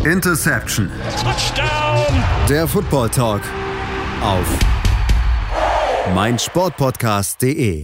Interception. Touchdown. Der Football Talk auf meinsportpodcast.de.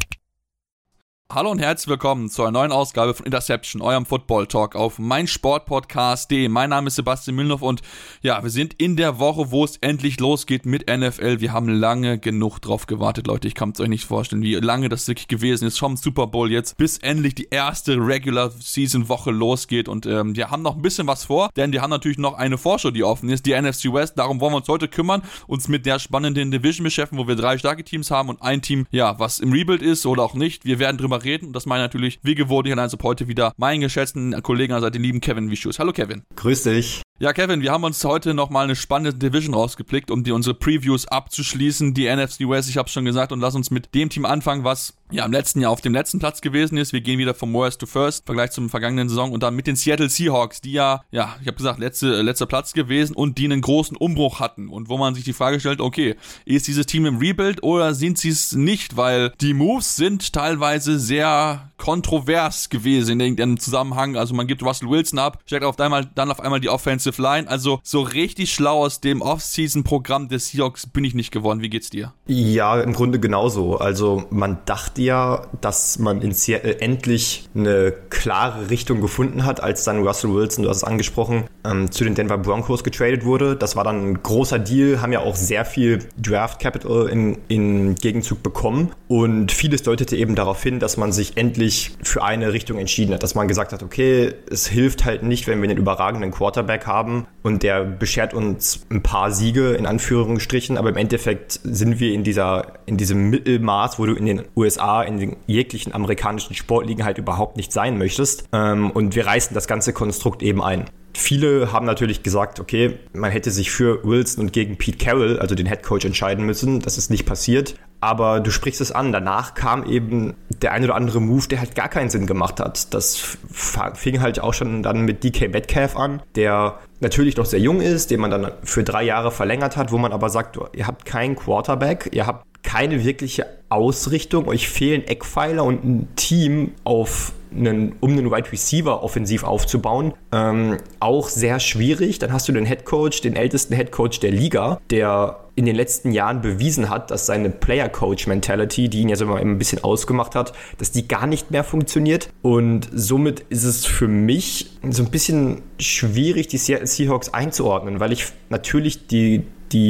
Hallo und herzlich willkommen zu einer neuen Ausgabe von Interception, eurem Football Talk auf meinsportpodcast.de. Mein Name ist Sebastian Mühlenhoff und ja, wir sind in der Woche, wo es endlich losgeht mit NFL. Wir haben lange genug drauf gewartet, Leute. Ich kann es euch nicht vorstellen, wie lange das wirklich gewesen ist, vom Super Bowl jetzt, bis endlich die erste Regular Season Woche losgeht. Und wir haben noch ein bisschen was vor, denn wir haben natürlich noch eine Vorschau, die offen ist, die NFC West. Darum wollen wir uns heute kümmern, uns mit der spannenden Division beschäftigen, wo wir 3 starke Teams haben und ein Team, ja, was im Rebuild ist oder auch nicht. Wir werden drüber reden und das meine ich natürlich, wie gewohnt, ich also heute wieder meinen geschätzten Kollegen an der Seite, den lieben Kevin Wischus. Hallo Kevin. Grüß dich. Ja, Kevin, wir haben uns heute nochmal eine spannende Division rausgepickt, um unsere Previews abzuschließen, die NFC West, ich habe es schon gesagt, und lass uns mit dem Team anfangen, was ja im letzten Jahr auf dem letzten Platz gewesen ist. Wir gehen wieder vom Worst to First, im Vergleich zum vergangenen Saison, und dann mit den Seattle Seahawks, die ja, ich habe gesagt, letzter Platz gewesen und die einen großen Umbruch hatten und wo man sich die Frage stellt, okay, ist dieses Team im Rebuild oder sind sie es nicht, weil die Moves sind teilweise sehr kontrovers gewesen in irgendeinem Zusammenhang. Also man gibt Russell Wilson ab, steckt dann auf einmal die Offensive Line. Also so richtig schlau aus dem Off-Season-Programm des Seahawks bin ich nicht geworden. Wie geht's dir? Ja, im Grunde genauso. Also man dachte ja, dass man in Seattle endlich eine klare Richtung gefunden hat, als dann Russell Wilson, du hast es angesprochen, zu den Denver Broncos getradet wurde. Das war dann ein großer Deal, haben ja auch sehr viel Draft Capital in Gegenzug bekommen. Und vieles deutete eben darauf hin, dass man sich endlich für eine Richtung entschieden hat, dass man gesagt hat, okay, es hilft halt nicht, wenn wir einen überragenden Quarterback haben und der beschert uns ein paar Siege in Anführungsstrichen, aber im Endeffekt sind wir in diesem Mittelmaß, wo du in den USA, in den jeglichen amerikanischen Sportligen halt überhaupt nicht sein möchtest, und wir reißen das ganze Konstrukt eben ein. Viele haben natürlich gesagt, okay, man hätte sich für Wilson und gegen Pete Carroll, also den Headcoach, entscheiden müssen. Das ist nicht passiert. Aber du sprichst es an. Danach kam eben der ein oder andere Move, der halt gar keinen Sinn gemacht hat. Das fing halt auch schon dann mit DK Metcalf an, der natürlich noch sehr jung ist, den man dann für 3 Jahre verlängert hat, wo man aber sagt, ihr habt keinen Quarterback, ihr habt keine wirkliche Ausrichtung, euch fehlen Eckpfeiler und ein Team um einen Wide Receiver offensiv aufzubauen, auch sehr schwierig. Dann hast du den Headcoach, den ältesten Headcoach der Liga, der in den letzten Jahren bewiesen hat, dass seine Player-Coach-Mentality, die ihn ja so immer ein bisschen ausgemacht hat, dass die gar nicht mehr funktioniert. Und somit ist es für mich so ein bisschen schwierig, die Seattle Seahawks einzuordnen, weil ich natürlich die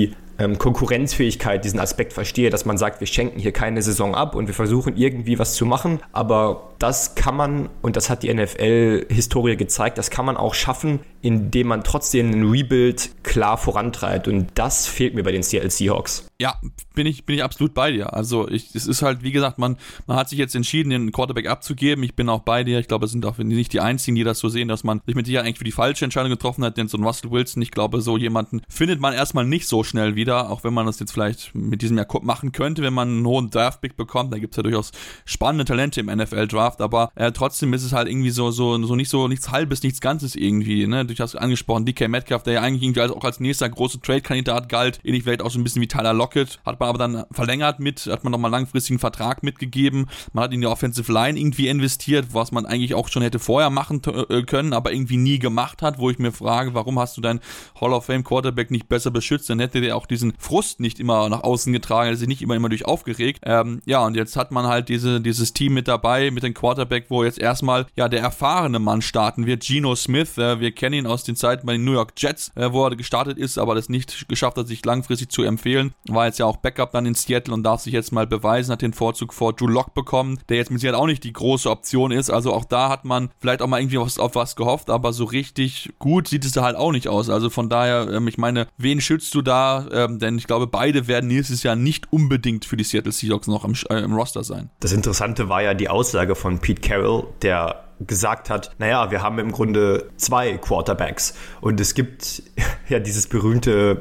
Konkurrenzfähigkeit, diesen Aspekt verstehe, dass man sagt, wir schenken hier keine Saison ab und wir versuchen irgendwie was zu machen, aber das kann man, und das hat die NFL-Historie gezeigt, das kann man auch schaffen, indem man trotzdem einen Rebuild klar vorantreibt, und das fehlt mir bei den Seattle Seahawks. Ja, bin ich absolut bei dir. Also es ist halt, wie gesagt, man hat sich jetzt entschieden, den Quarterback abzugeben. Ich bin auch bei dir. Ich glaube, es sind auch nicht die Einzigen, die das so sehen, dass man sich mit Sicherheit eigentlich für die falsche Entscheidung getroffen hat, denn so ein Russell Wilson, ich glaube, so jemanden findet man erstmal nicht so schnell wieder, auch wenn man das jetzt vielleicht mit diesem Jahr machen könnte, wenn man einen hohen Draft-Pick bekommt. Da gibt es ja durchaus spannende Talente im NFL-Draft, aber trotzdem ist es halt irgendwie so nichts Halbes, nichts Ganzes irgendwie. Ne? Du hast angesprochen, DK Metcalf, der ja eigentlich irgendwie auch als nächster großer Trade-Kandidat galt, ähnlich vielleicht auch so ein bisschen wie Tyler Lockett, hat man aber dann verlängert hat man nochmal einen langfristigen Vertrag mitgegeben, man hat in die Offensive Line irgendwie investiert, was man eigentlich auch schon hätte vorher machen können, aber irgendwie nie gemacht hat, wo ich mir frage, warum hast du deinen Hall of Fame Quarterback nicht besser beschützt, dann hätte der auch diesen Frust nicht immer nach außen getragen, hätte sich nicht immer durch aufgeregt. Ja, und jetzt hat man halt dieses Team mit dabei, mit dem Quarterback, wo jetzt erstmal ja der erfahrene Mann starten wird, Geno Smith. Wir kennen ihn aus den Zeiten bei den New York Jets, wo er gestartet ist, aber das nicht geschafft hat, sich langfristig zu empfehlen. War jetzt ja auch Backup dann in Seattle und darf sich jetzt mal beweisen, hat den Vorzug vor Drew Lock bekommen, der jetzt mit Sicherheit auch nicht die große Option ist. Also auch da hat man vielleicht auch mal irgendwie auf was gehofft, aber so richtig gut sieht es da halt auch nicht aus. Also von daher, ich meine, wen schützt du da? Denn ich glaube, beide werden nächstes Jahr nicht unbedingt für die Seattle Seahawks noch im Roster sein. Das Interessante war ja die Aussage von Pete Carroll, der gesagt hat, naja, wir haben im Grunde 2 Quarterbacks und es gibt ja dieses berühmte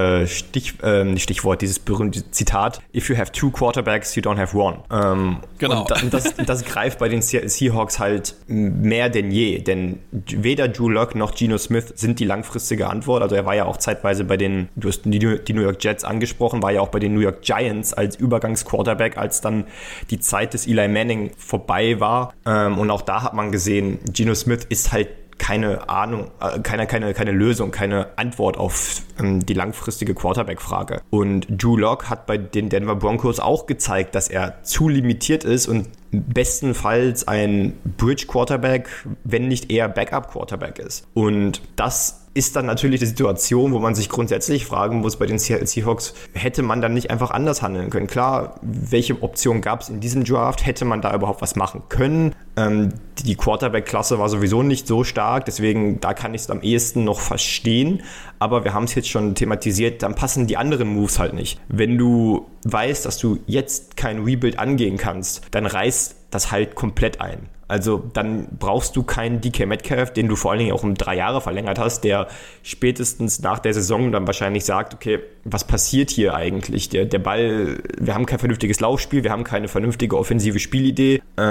dieses berühmte Zitat, if you have 2 quarterbacks, you don't have one. Genau. Und das greift bei den Seahawks halt mehr denn je, denn weder Drew Lock noch Geno Smith sind die langfristige Antwort. Also er war ja auch zeitweise du hast die New York Jets angesprochen, war ja auch bei den New York Giants als Übergangsquarterback, als dann die Zeit des Eli Manning vorbei war. Und auch da hat man gesehen, Geno Smith ist halt keine Ahnung, keine Lösung, keine Antwort auf die langfristige Quarterback-Frage. Und Drew Lock hat bei den Denver Broncos auch gezeigt, dass er zu limitiert ist und bestenfalls ein Bridge-Quarterback, wenn nicht eher Backup-Quarterback ist. Und das ist dann natürlich die Situation, wo man sich grundsätzlich fragen muss, bei den Seattle Seahawks, hätte man dann nicht einfach anders handeln können? Klar, welche Option gab es in diesem Draft? Hätte man da überhaupt was machen können? Die Quarterback-Klasse war sowieso nicht so stark, deswegen da kann ich es am ehesten noch verstehen. Aber wir haben es jetzt schon thematisiert, dann passen die anderen Moves halt nicht. Wenn du weißt, dass du jetzt kein Rebuild angehen kannst, dann reißt das halt komplett ein. Also dann brauchst du keinen DK Metcalf, den du vor allen Dingen auch um 3 Jahre verlängert hast, der spätestens nach der Saison dann wahrscheinlich sagt, okay, was passiert hier eigentlich? Der Ball, wir haben kein vernünftiges Laufspiel, wir haben keine vernünftige offensive Spielidee. Ich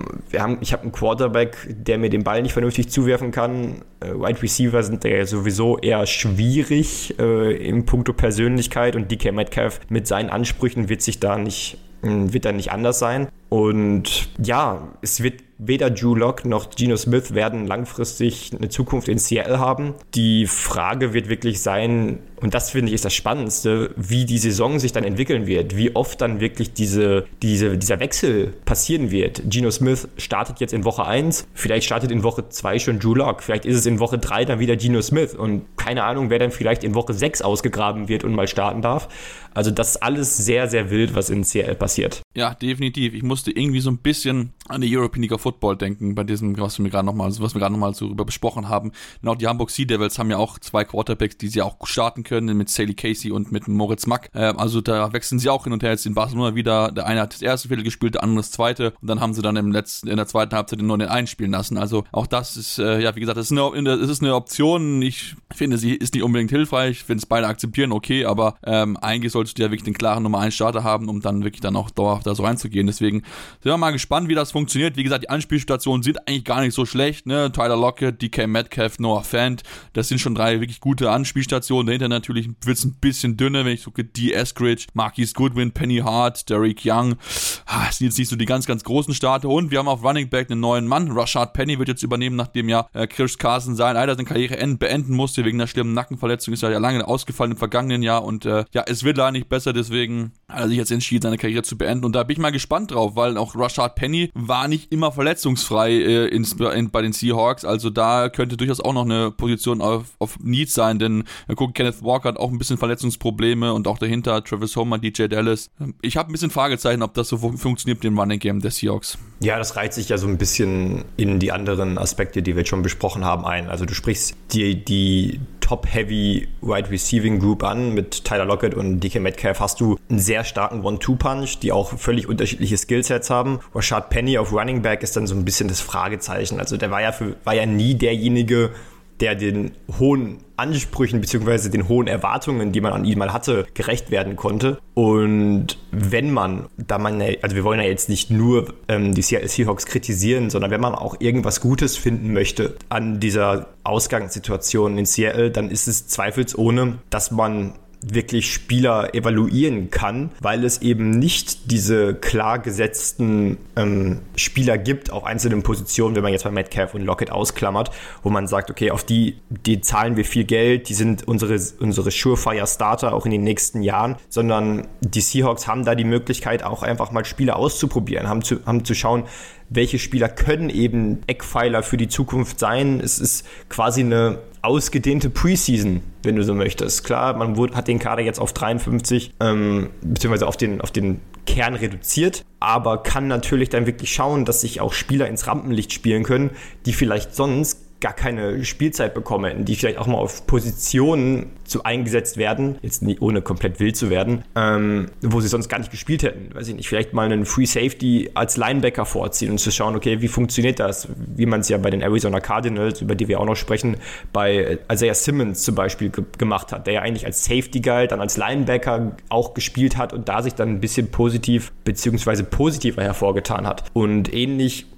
habe einen Quarterback, der mir den Ball nicht vernünftig zuwerfen kann. Wide Receiver sind ja sowieso eher schwierig in puncto Persönlichkeit und DK Metcalf mit seinen Ansprüchen wird dann nicht anders sein. Und ja, es wird weder Drew Lock noch Geno Smith werden langfristig eine Zukunft in Seattle haben. Die Frage wird wirklich sein, und das finde ich ist das Spannendste, wie die Saison sich dann entwickeln wird, wie oft dann wirklich dieser Wechsel passieren wird. Geno Smith startet jetzt in Woche 1, vielleicht startet in Woche 2 schon Drew Lock, vielleicht ist es in Woche 3 dann wieder Geno Smith und keine Ahnung, wer dann vielleicht in Woche 6 ausgegraben wird und mal starten darf. Also das ist alles sehr, sehr wild, was in Seattle passiert. Ja, definitiv. Ich musste irgendwie so ein bisschen an die European League of Football denken, bei diesem, was wir gerade nochmal so darüber besprochen haben. Und auch die Hamburg Sea Devils haben ja auch 2 Quarterbacks, die sie auch starten können, mit Sally Casey und mit Moritz Mack. Also da wechseln sie auch hin und her jetzt in Barcelona wieder. Der eine hat das erste Viertel gespielt, der andere das zweite. Und dann haben sie dann in der zweiten Halbzeit den neuen einspielen lassen. Also auch das ist, wie gesagt, es ist eine Option. Ich finde, sie ist nicht unbedingt hilfreich. Wenn es beide akzeptieren, okay, aber eigentlich solltest du ja wirklich den klaren Nummer 1 Starter haben, um dann wirklich dann auch dauerhaft da so reinzugehen. Deswegen sind wir mal gespannt, wie das funktioniert. Wie gesagt, die Anspielstationen sind eigentlich gar nicht so schlecht, ne? Tyler Lockett, DK Metcalf, Noah Fant, das sind schon 3 wirklich gute Anspielstationen. Dahinter natürlich wird es ein bisschen dünner, wenn ich gucke, Dee Eskridge, Marquise Goodwin, Penny Hart, Derek Young, das sind jetzt nicht so die ganz, ganz großen Starter. Und wir haben auf Running Back einen neuen Mann. Rashad Penny wird jetzt übernehmen, nachdem ja Chris Carson seine Karriere beenden musste wegen einer schlimmen Nackenverletzung. Ist ja lange ausgefallen im vergangenen Jahr und es wird leider nicht besser, deswegen hat er sich jetzt entschieden, seine Karriere zu beenden. Und da bin ich mal gespannt drauf, weil auch Rashad Penny war nicht immer verletzungsfrei bei den Seahawks, also da könnte durchaus auch noch eine Position auf Need sein, denn Kenneth Walker hat auch ein bisschen Verletzungsprobleme und auch dahinter Travis Homer, DJ Dallas. Ich habe ein bisschen Fragezeichen, ob das so funktioniert mit dem Running Game der Seahawks. Ja, das reiht sich ja so ein bisschen in die anderen Aspekte, die wir jetzt schon besprochen haben, ein. Also du sprichst die Top-Heavy Wide Receiving Group an. Mit Tyler Lockett und DK Metcalf hast du einen sehr starken One-Two-Punch, die auch völlig unterschiedliche Skillsets haben. Rashad Penny auf Running Back ist dann so ein bisschen das Fragezeichen. Also der war ja nie derjenige, der den hohen Ansprüchen bzw. den hohen Erwartungen, die man an ihn mal hatte, gerecht werden konnte. Und wenn man, also wir wollen ja jetzt nicht nur die Seattle Seahawks kritisieren, sondern wenn man auch irgendwas Gutes finden möchte an dieser Ausgangssituation in Seattle, dann ist es zweifelsohne, dass man wirklich Spieler evaluieren kann, weil es eben nicht diese klar gesetzten Spieler gibt auf einzelnen Positionen, wenn man jetzt bei Metcalf und Lockett ausklammert, wo man sagt, okay, auf die zahlen wir viel Geld, die sind unsere Surefire-Starter auch in den nächsten Jahren, sondern die Seahawks haben da die Möglichkeit, auch einfach mal Spieler auszuprobieren, haben zu schauen, welche Spieler können eben Eckpfeiler für die Zukunft sein. Es ist quasi eine ausgedehnte Preseason, wenn du so möchtest. Klar, man hat den Kader jetzt auf 53, beziehungsweise auf den Kern reduziert, aber kann natürlich dann wirklich schauen, dass sich auch Spieler ins Rampenlicht spielen können, die vielleicht sonst gar keine Spielzeit bekommen, die vielleicht auch mal auf Positionen eingesetzt werden, jetzt nicht ohne komplett wild zu werden, wo sie sonst gar nicht gespielt hätten. Weiß ich nicht, vielleicht mal einen Free Safety als Linebacker vorziehen und zu schauen, okay, wie funktioniert das? Wie man es ja bei den Arizona Cardinals, über die wir auch noch sprechen, bei Isaiah Simmons zum Beispiel gemacht hat, der ja eigentlich als Safety galt, dann als Linebacker auch gespielt hat und da sich dann ein bisschen positiv bzw. positiver hervorgetan hat. Und ähnlich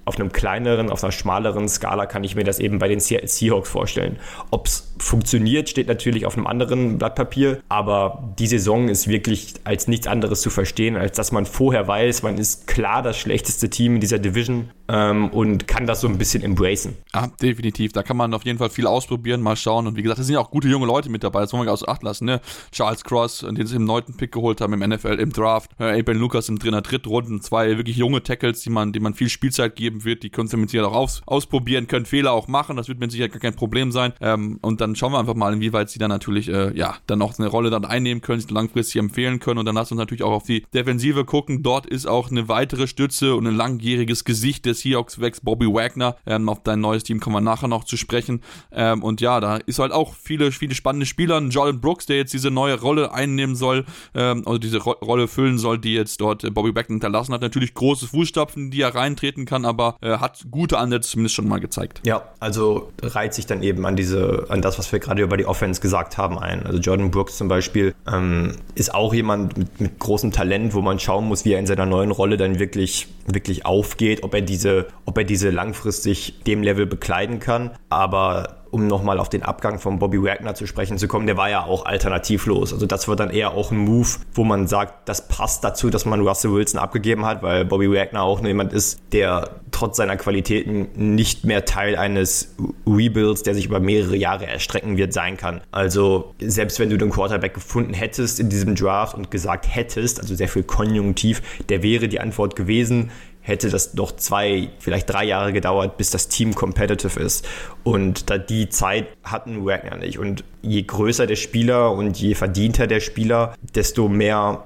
einem kleineren, auf einer schmaleren Skala kann ich mir das eben bei den Seattle Seahawks vorstellen. Ob es funktioniert, steht natürlich auf einem anderen Blatt Papier, aber die Saison ist wirklich als nichts anderes zu verstehen, als dass man vorher weiß, man ist klar das schlechteste Team in dieser Division und kann das so ein bisschen embracen. Ja, definitiv. Da kann man auf jeden Fall viel ausprobieren, mal schauen. Und wie gesagt, es sind ja auch gute junge Leute mit dabei, das wollen wir gar außer Acht lassen. Ne? Charles Cross, den sie im 9. Pick geholt haben im NFL, im Draft. Aben Lucas in der 3. Runde. 2 wirklich junge Tackles, die man viel Spielzeit geben wird. Die können sie mit Sicherheit auch ausprobieren, können Fehler auch machen. Das wird mit Sicherheit gar kein Problem sein. Und dann schauen wir einfach mal, inwieweit sie dann natürlich dann auch eine Rolle dann einnehmen können, sich langfristig empfehlen können. Und dann lassen wir uns natürlich auch auf die Defensive gucken. Dort ist auch eine weitere Stütze und ein langjähriges Gesicht des Seahawks weg, Bobby Wagner. Auf dein neues Team kommen wir nachher noch zu sprechen. Und ja, da ist halt auch viele spannende Spieler. Jordan Brooks, der jetzt diese neue Rolle einnehmen soll, also diese Rolle füllen soll, die jetzt dort Bobby Wagner hinterlassen hat. Natürlich große Fußstapfen, die er reintreten kann, aber hat gute Ansätze zumindest schon mal gezeigt. Ja, also reiht sich dann eben an das, was wir gerade über die Offense gesagt haben, ein. Also Jordan Brooks zum Beispiel ist auch jemand mit großem Talent, wo man schauen muss, wie er in seiner neuen Rolle dann wirklich aufgeht, ob er diese langfristig dem Level bekleiden kann. Aber um nochmal auf den Abgang von Bobby Wagner zu sprechen zu kommen, der war ja auch alternativlos. Also das wird dann eher auch ein Move, wo man sagt, das passt dazu, dass man Russell Wilson abgegeben hat, weil Bobby Wagner auch nur jemand ist, der trotz seiner Qualitäten nicht mehr Teil eines Rebuilds, der sich über mehrere Jahre erstrecken wird, sein kann. Also selbst wenn du den Quarterback gefunden hättest in diesem Draft und gesagt hättest, also sehr viel Konjunktiv, der wäre die Antwort gewesen, hätte das noch 2, vielleicht 3 Jahre gedauert, bis das Team competitive ist. Und da die Zeit hatten Wagner nicht. Und je größer der Spieler und je verdienter der Spieler, desto mehr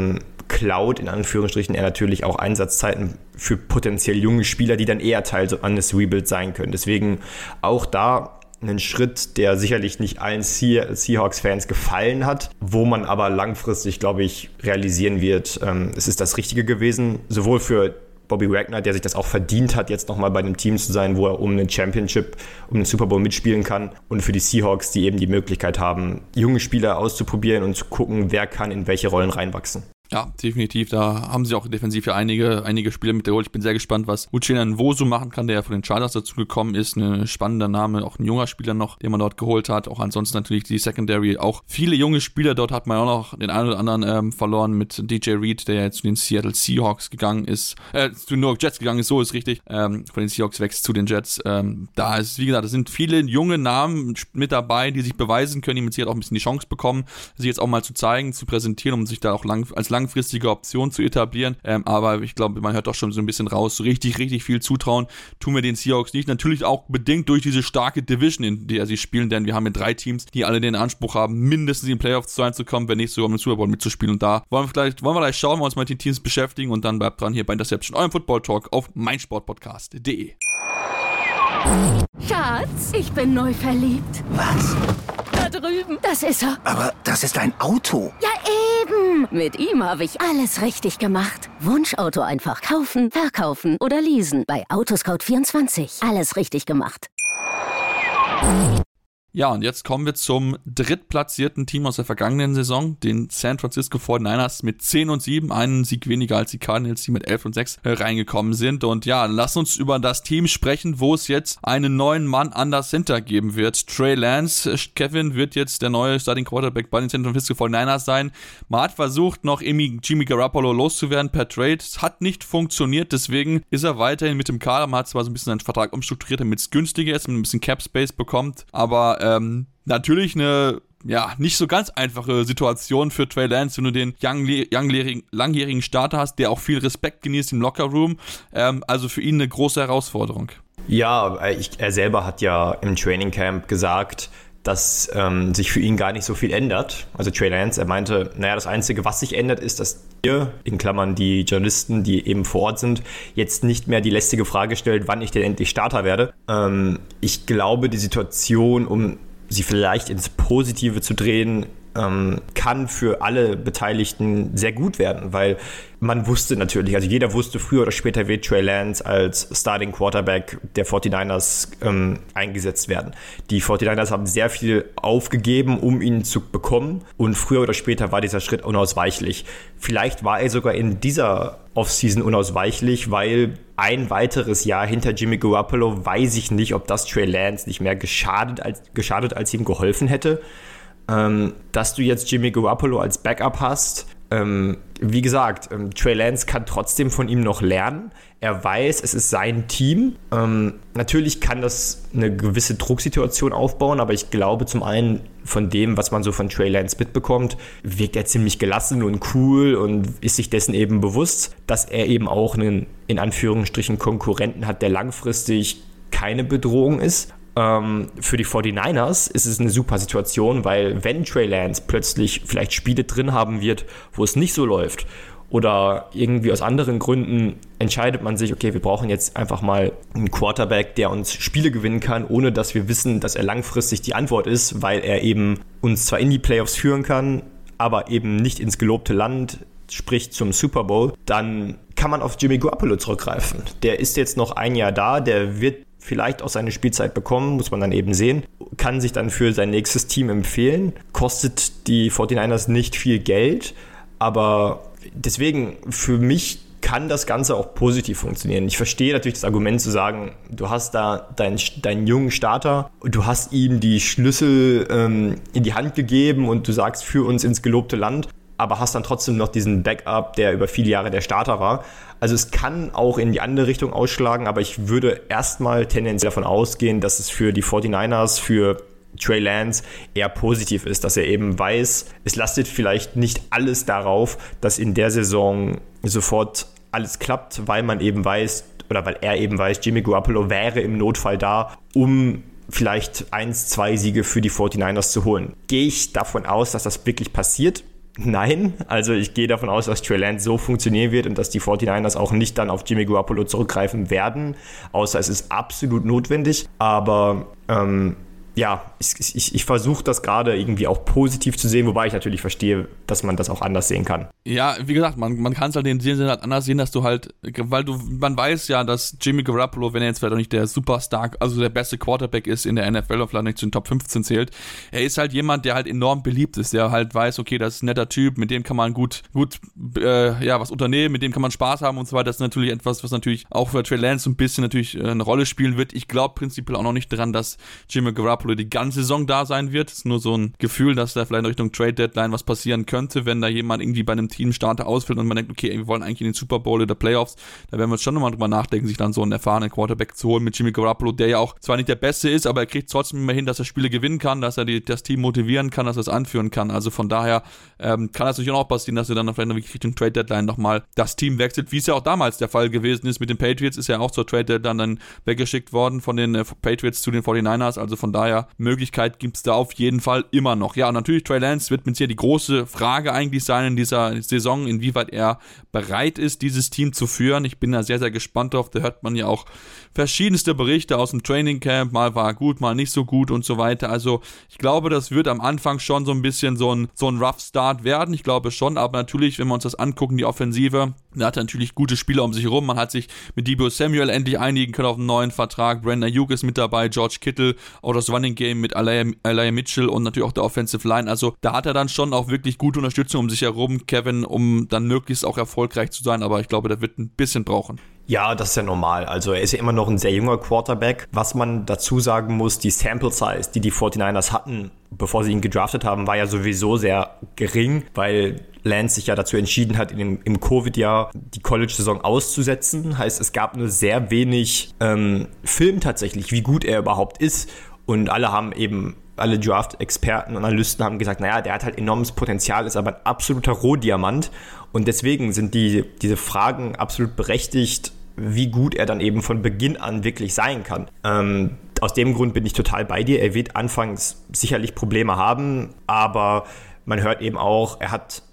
klaut in Anführungsstrichen er natürlich auch Einsatzzeiten für potenziell junge Spieler, die dann eher Teil eines Rebuilds sein können. Deswegen auch da einen Schritt, der sicherlich nicht allen Seahawks-Fans gefallen hat, wo man aber langfristig, glaube ich, realisieren wird, es ist das Richtige gewesen, sowohl für Bobby Wagner, der sich das auch verdient hat, jetzt nochmal bei einem Team zu sein, wo er um einen Championship, um den Super Bowl mitspielen kann, und für die Seahawks, die eben die Möglichkeit haben, junge Spieler auszuprobieren und zu gucken, wer kann in welche Rollen reinwachsen. Ja, definitiv. Da haben sie auch defensiv ja einige Spieler mit der Rolle. Ich bin sehr gespannt, was Uchenna Nwosu machen kann, der ja von den Chargers dazu gekommen ist. Ein spannender Name, auch ein junger Spieler noch, den man dort geholt hat. Auch ansonsten natürlich die Secondary. Auch viele junge Spieler. Dort hat man auch noch den einen oder anderen verloren mit DJ Reed, der jetzt zu den Seattle Seahawks gegangen ist. Zu den New York Jets gegangen ist, so ist richtig. Von den Seahawks wächst zu den Jets. Da ist, wie gesagt, es sind viele junge Namen mit dabei, die sich beweisen können, die mit Sicherheit auch ein bisschen die Chance bekommen, sich jetzt auch mal zu zeigen, zu präsentieren, um sich da auch als langfristige Option zu etablieren, aber ich glaube, man hört doch schon so ein bisschen raus, so richtig viel zutrauen tun wir den Seahawks nicht, natürlich auch bedingt durch diese starke Division, in der sie spielen, denn wir haben hier 3 Teams, die alle den Anspruch haben, mindestens in die Playoffs reinzukommen, wenn nicht sogar um den Super Bowl mitzuspielen, und da wollen wir gleich schauen, wir uns mal mit den Teams beschäftigen, und dann bleibt dran hier bei Interception, eurem Football-Talk auf meinsportpodcast.de. Schatz, ich bin neu verliebt. Was? Da drüben. Das ist er. Aber das ist ein Auto. Ja, eben. Mit ihm habe ich alles richtig gemacht. Wunschauto einfach kaufen, verkaufen oder leasen. Bei Autoscout24. Alles richtig gemacht. Ja, und jetzt kommen wir zum drittplatzierten Team aus der vergangenen Saison, den San Francisco 49ers mit 10-7, einen Sieg weniger als die Cardinals, die mit 11-6 reingekommen sind. Und ja, lass uns über das Team sprechen, wo es jetzt einen neuen Mann an das Center geben wird. Trey Lance, Kevin, wird jetzt der neue Starting Quarterback bei den San Francisco 49ers sein. Man hat versucht, noch Jimmy Garoppolo loszuwerden per Trade. Es hat nicht funktioniert, deswegen ist er weiterhin mit dem Kader. Man hat zwar so ein bisschen seinen Vertrag umstrukturiert, damit es günstiger ist, mit ein bisschen Cap Space bekommt, aber natürlich eine nicht so ganz einfache Situation für Trey Lance, wenn du den langjährigen Starter hast, der auch viel Respekt genießt im Lockerroom. Also für ihn eine große Herausforderung. Ja, er selber hat ja im Training Camp gesagt, dass sich für ihn gar nicht so viel ändert. Also Trey Lance, er meinte, das Einzige, was sich ändert, ist, dass ihr, in Klammern die Journalisten, die eben vor Ort sind, jetzt nicht mehr die lästige Frage stellt, wann ich denn endlich Starter werde. Ich glaube, die Situation, um sie vielleicht ins Positive zu drehen, kann für alle Beteiligten sehr gut werden, weil man wusste natürlich, also jeder wusste, früher oder später wird Trey Lance als Starting Quarterback der 49ers eingesetzt werden. Die 49ers haben sehr viel aufgegeben, um ihn zu bekommen, und früher oder später war dieser Schritt unausweichlich. Vielleicht war er sogar in dieser Offseason unausweichlich, weil ein weiteres Jahr hinter Jimmy Garoppolo, weiß ich nicht, ob das Trey Lance nicht mehr geschadet als ihm geholfen hätte. Dass du jetzt Jimmy Garoppolo als Backup hast, wie gesagt, Trey Lance kann trotzdem von ihm noch lernen. Er weiß, es ist sein Team. Natürlich kann das eine gewisse Drucksituation aufbauen, aber ich glaube zum einen von dem, was man so von Trey Lance mitbekommt, wirkt er ziemlich gelassen und cool und ist sich dessen eben bewusst, dass er eben auch einen, in Anführungsstrichen, Konkurrenten hat, der langfristig keine Bedrohung ist. Für die 49ers ist es eine super Situation, weil wenn Trey Lance plötzlich vielleicht Spiele drin haben wird, wo es nicht so läuft oder irgendwie aus anderen Gründen entscheidet man sich, okay, wir brauchen jetzt einfach mal einen Quarterback, der uns Spiele gewinnen kann, ohne dass wir wissen, dass er langfristig die Antwort ist, weil er eben uns zwar in die Playoffs führen kann, aber eben nicht ins gelobte Land, sprich zum Super Bowl, dann kann man auf Jimmy Garoppolo zurückgreifen. Der ist jetzt noch ein Jahr da, der wird vielleicht auch seine Spielzeit bekommen, muss man dann eben sehen, kann sich dann für sein nächstes Team empfehlen, kostet die 49ers nicht viel Geld, aber deswegen für mich kann das Ganze auch positiv funktionieren. Ich verstehe natürlich das Argument zu sagen, du hast da deinen jungen Starter, du hast ihm die Schlüssel in die Hand gegeben und du sagst, führ uns ins gelobte Land, aber hast dann trotzdem noch diesen Backup, der über viele Jahre der Starter war. Also es kann auch in die andere Richtung ausschlagen, aber ich würde erstmal tendenziell davon ausgehen, dass es für die 49ers, für Trey Lance eher positiv ist, dass er eben weiß, es lastet vielleicht nicht alles darauf, dass in der Saison sofort alles klappt, weil man eben weiß, oder weil er eben weiß, Jimmy Garoppolo wäre im Notfall da, um vielleicht 1-2 Siege für die 49ers zu holen. Gehe ich davon aus, dass das wirklich passiert? Nein, also ich gehe davon aus, dass Trey Lance so funktionieren wird und dass die 49ers auch nicht dann auf Jimmy Garoppolo zurückgreifen werden, außer es ist absolut notwendig, aber ja, ich versuche das gerade irgendwie auch positiv zu sehen, wobei ich natürlich verstehe, dass man das auch anders sehen kann. Ja, wie gesagt, man kann es halt in dem Sinne halt anders sehen, dass du halt, weil man weiß ja, dass Jimmy Garoppolo, wenn er jetzt vielleicht auch nicht der Superstar, also der beste Quarterback ist in der NFL und vielleicht nicht zu den Top 15 zählt, er ist halt jemand, der halt enorm beliebt ist, der halt weiß, okay, das ist ein netter Typ, mit dem kann man gut was unternehmen, mit dem kann man Spaß haben und so weiter. Das ist natürlich etwas, was natürlich auch für Trey Lance so ein bisschen natürlich eine Rolle spielen wird. Ich glaube prinzipiell auch noch nicht dran, dass Jimmy Garoppolo die ganze Saison da sein wird. Es ist nur so ein Gefühl, dass da vielleicht in Richtung Trade Deadline was passieren könnte, wenn da jemand irgendwie bei einem Team-Starter ausfällt und man denkt, okay, wir wollen eigentlich in den Super Bowl oder Playoffs, da werden wir uns schon nochmal drüber nachdenken, sich dann so einen erfahrenen Quarterback zu holen mit Jimmy Garoppolo, der ja auch zwar nicht der Beste ist, aber er kriegt trotzdem immer hin, dass er Spiele gewinnen kann, dass er das Team motivieren kann, dass er es anführen kann. Also von daher kann das natürlich auch passieren, dass er dann vielleicht wirklich Richtung Trade Deadline nochmal das Team wechselt, wie es ja auch damals der Fall gewesen ist mit den Patriots, ist ja auch zur Trade Deadline dann weggeschickt worden von den Patriots zu den 49ers, also von daher Möglichkeit gibt es da auf jeden Fall immer noch. Ja, und natürlich Trey Lance wird mit hier die große Frage eigentlich sein in dieser Saison, inwieweit er bereit ist, dieses Team zu führen. Ich bin da sehr, sehr gespannt drauf. Da hört man ja auch verschiedenste Berichte aus dem Training Camp. Mal war er gut, mal nicht so gut und so weiter. Also ich glaube, das wird am Anfang schon so ein bisschen so ein Rough Start werden. Ich glaube schon, aber natürlich, wenn wir uns das angucken, die Offensive, da hat er natürlich gute Spieler um sich herum. Man hat sich mit Deebo Samuel endlich einigen können auf einen neuen Vertrag. Brandon Ayuk ist mit dabei, George Kittle, auch das Running Game mit Elijah Mitchell und natürlich auch der Offensive Line. Also da hat er dann schon auch wirklich gute Unterstützung um sich herum, Kevin, um dann möglichst auch erfolgreich zu sein. Aber ich glaube, der wird ein bisschen brauchen. Ja, das ist ja normal. Also er ist ja immer noch ein sehr junger Quarterback. Was man dazu sagen muss, die Sample Size, die 49ers hatten, bevor sie ihn gedraftet haben, war ja sowieso sehr gering, weil Lance sich ja dazu entschieden hat, im Covid-Jahr die College-Saison auszusetzen. Heißt, es gab nur sehr wenig Film tatsächlich, wie gut er überhaupt ist. Und alle Draft-Experten und Analysten haben gesagt, naja, der hat halt enormes Potenzial, ist aber ein absoluter Rohdiamant. Und deswegen sind diese Fragen absolut berechtigt, wie gut er dann eben von Beginn an wirklich sein kann. Aus dem Grund bin ich total bei dir. Er wird anfangs sicherlich Probleme haben, aber man hört eben auch, er hat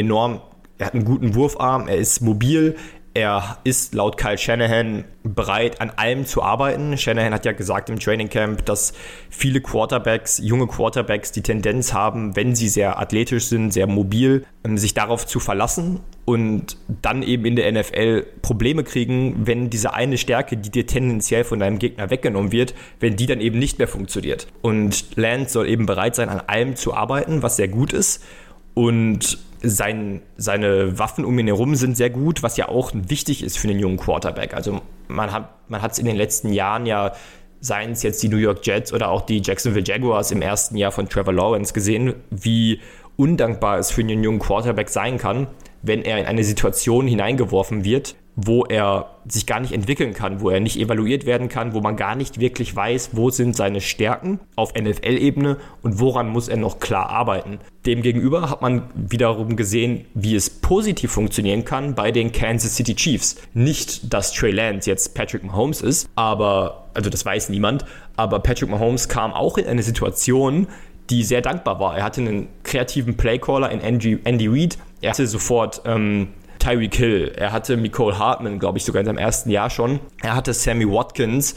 einen guten Wurfarm, er ist mobil, er ist laut Kyle Shanahan bereit, an allem zu arbeiten. Shanahan hat ja gesagt im Training Camp, dass viele junge Quarterbacks, die Tendenz haben, wenn sie sehr athletisch sind, sehr mobil, sich darauf zu verlassen und dann eben in der NFL Probleme kriegen, wenn diese eine Stärke, die dir tendenziell von deinem Gegner weggenommen wird, wenn die dann eben nicht mehr funktioniert. Und Lance soll eben bereit sein, an allem zu arbeiten, was sehr gut ist. Und seine Waffen um ihn herum sind sehr gut, was ja auch wichtig ist für einen jungen Quarterback. Also man hat es in den letzten Jahren ja, seien es jetzt die New York Jets oder auch die Jacksonville Jaguars im ersten Jahr von Trevor Lawrence gesehen, wie undankbar es für einen jungen Quarterback sein kann, wenn er in eine Situation hineingeworfen wird, wo er sich gar nicht entwickeln kann, wo er nicht evaluiert werden kann, wo man gar nicht wirklich weiß, wo sind seine Stärken auf NFL-Ebene und woran muss er noch klar arbeiten. Demgegenüber hat man wiederum gesehen, wie es positiv funktionieren kann bei den Kansas City Chiefs. Nicht, dass Trey Lance jetzt Patrick Mahomes ist, also das weiß niemand, aber Patrick Mahomes kam auch in eine Situation, die sehr dankbar war. Er hatte einen kreativen Playcaller in Andy Reid, er hatte sofort Tyreek Hill, er hatte Mecole Hardman, glaube ich, sogar in seinem ersten Jahr schon. Er hatte Sammy Watkins,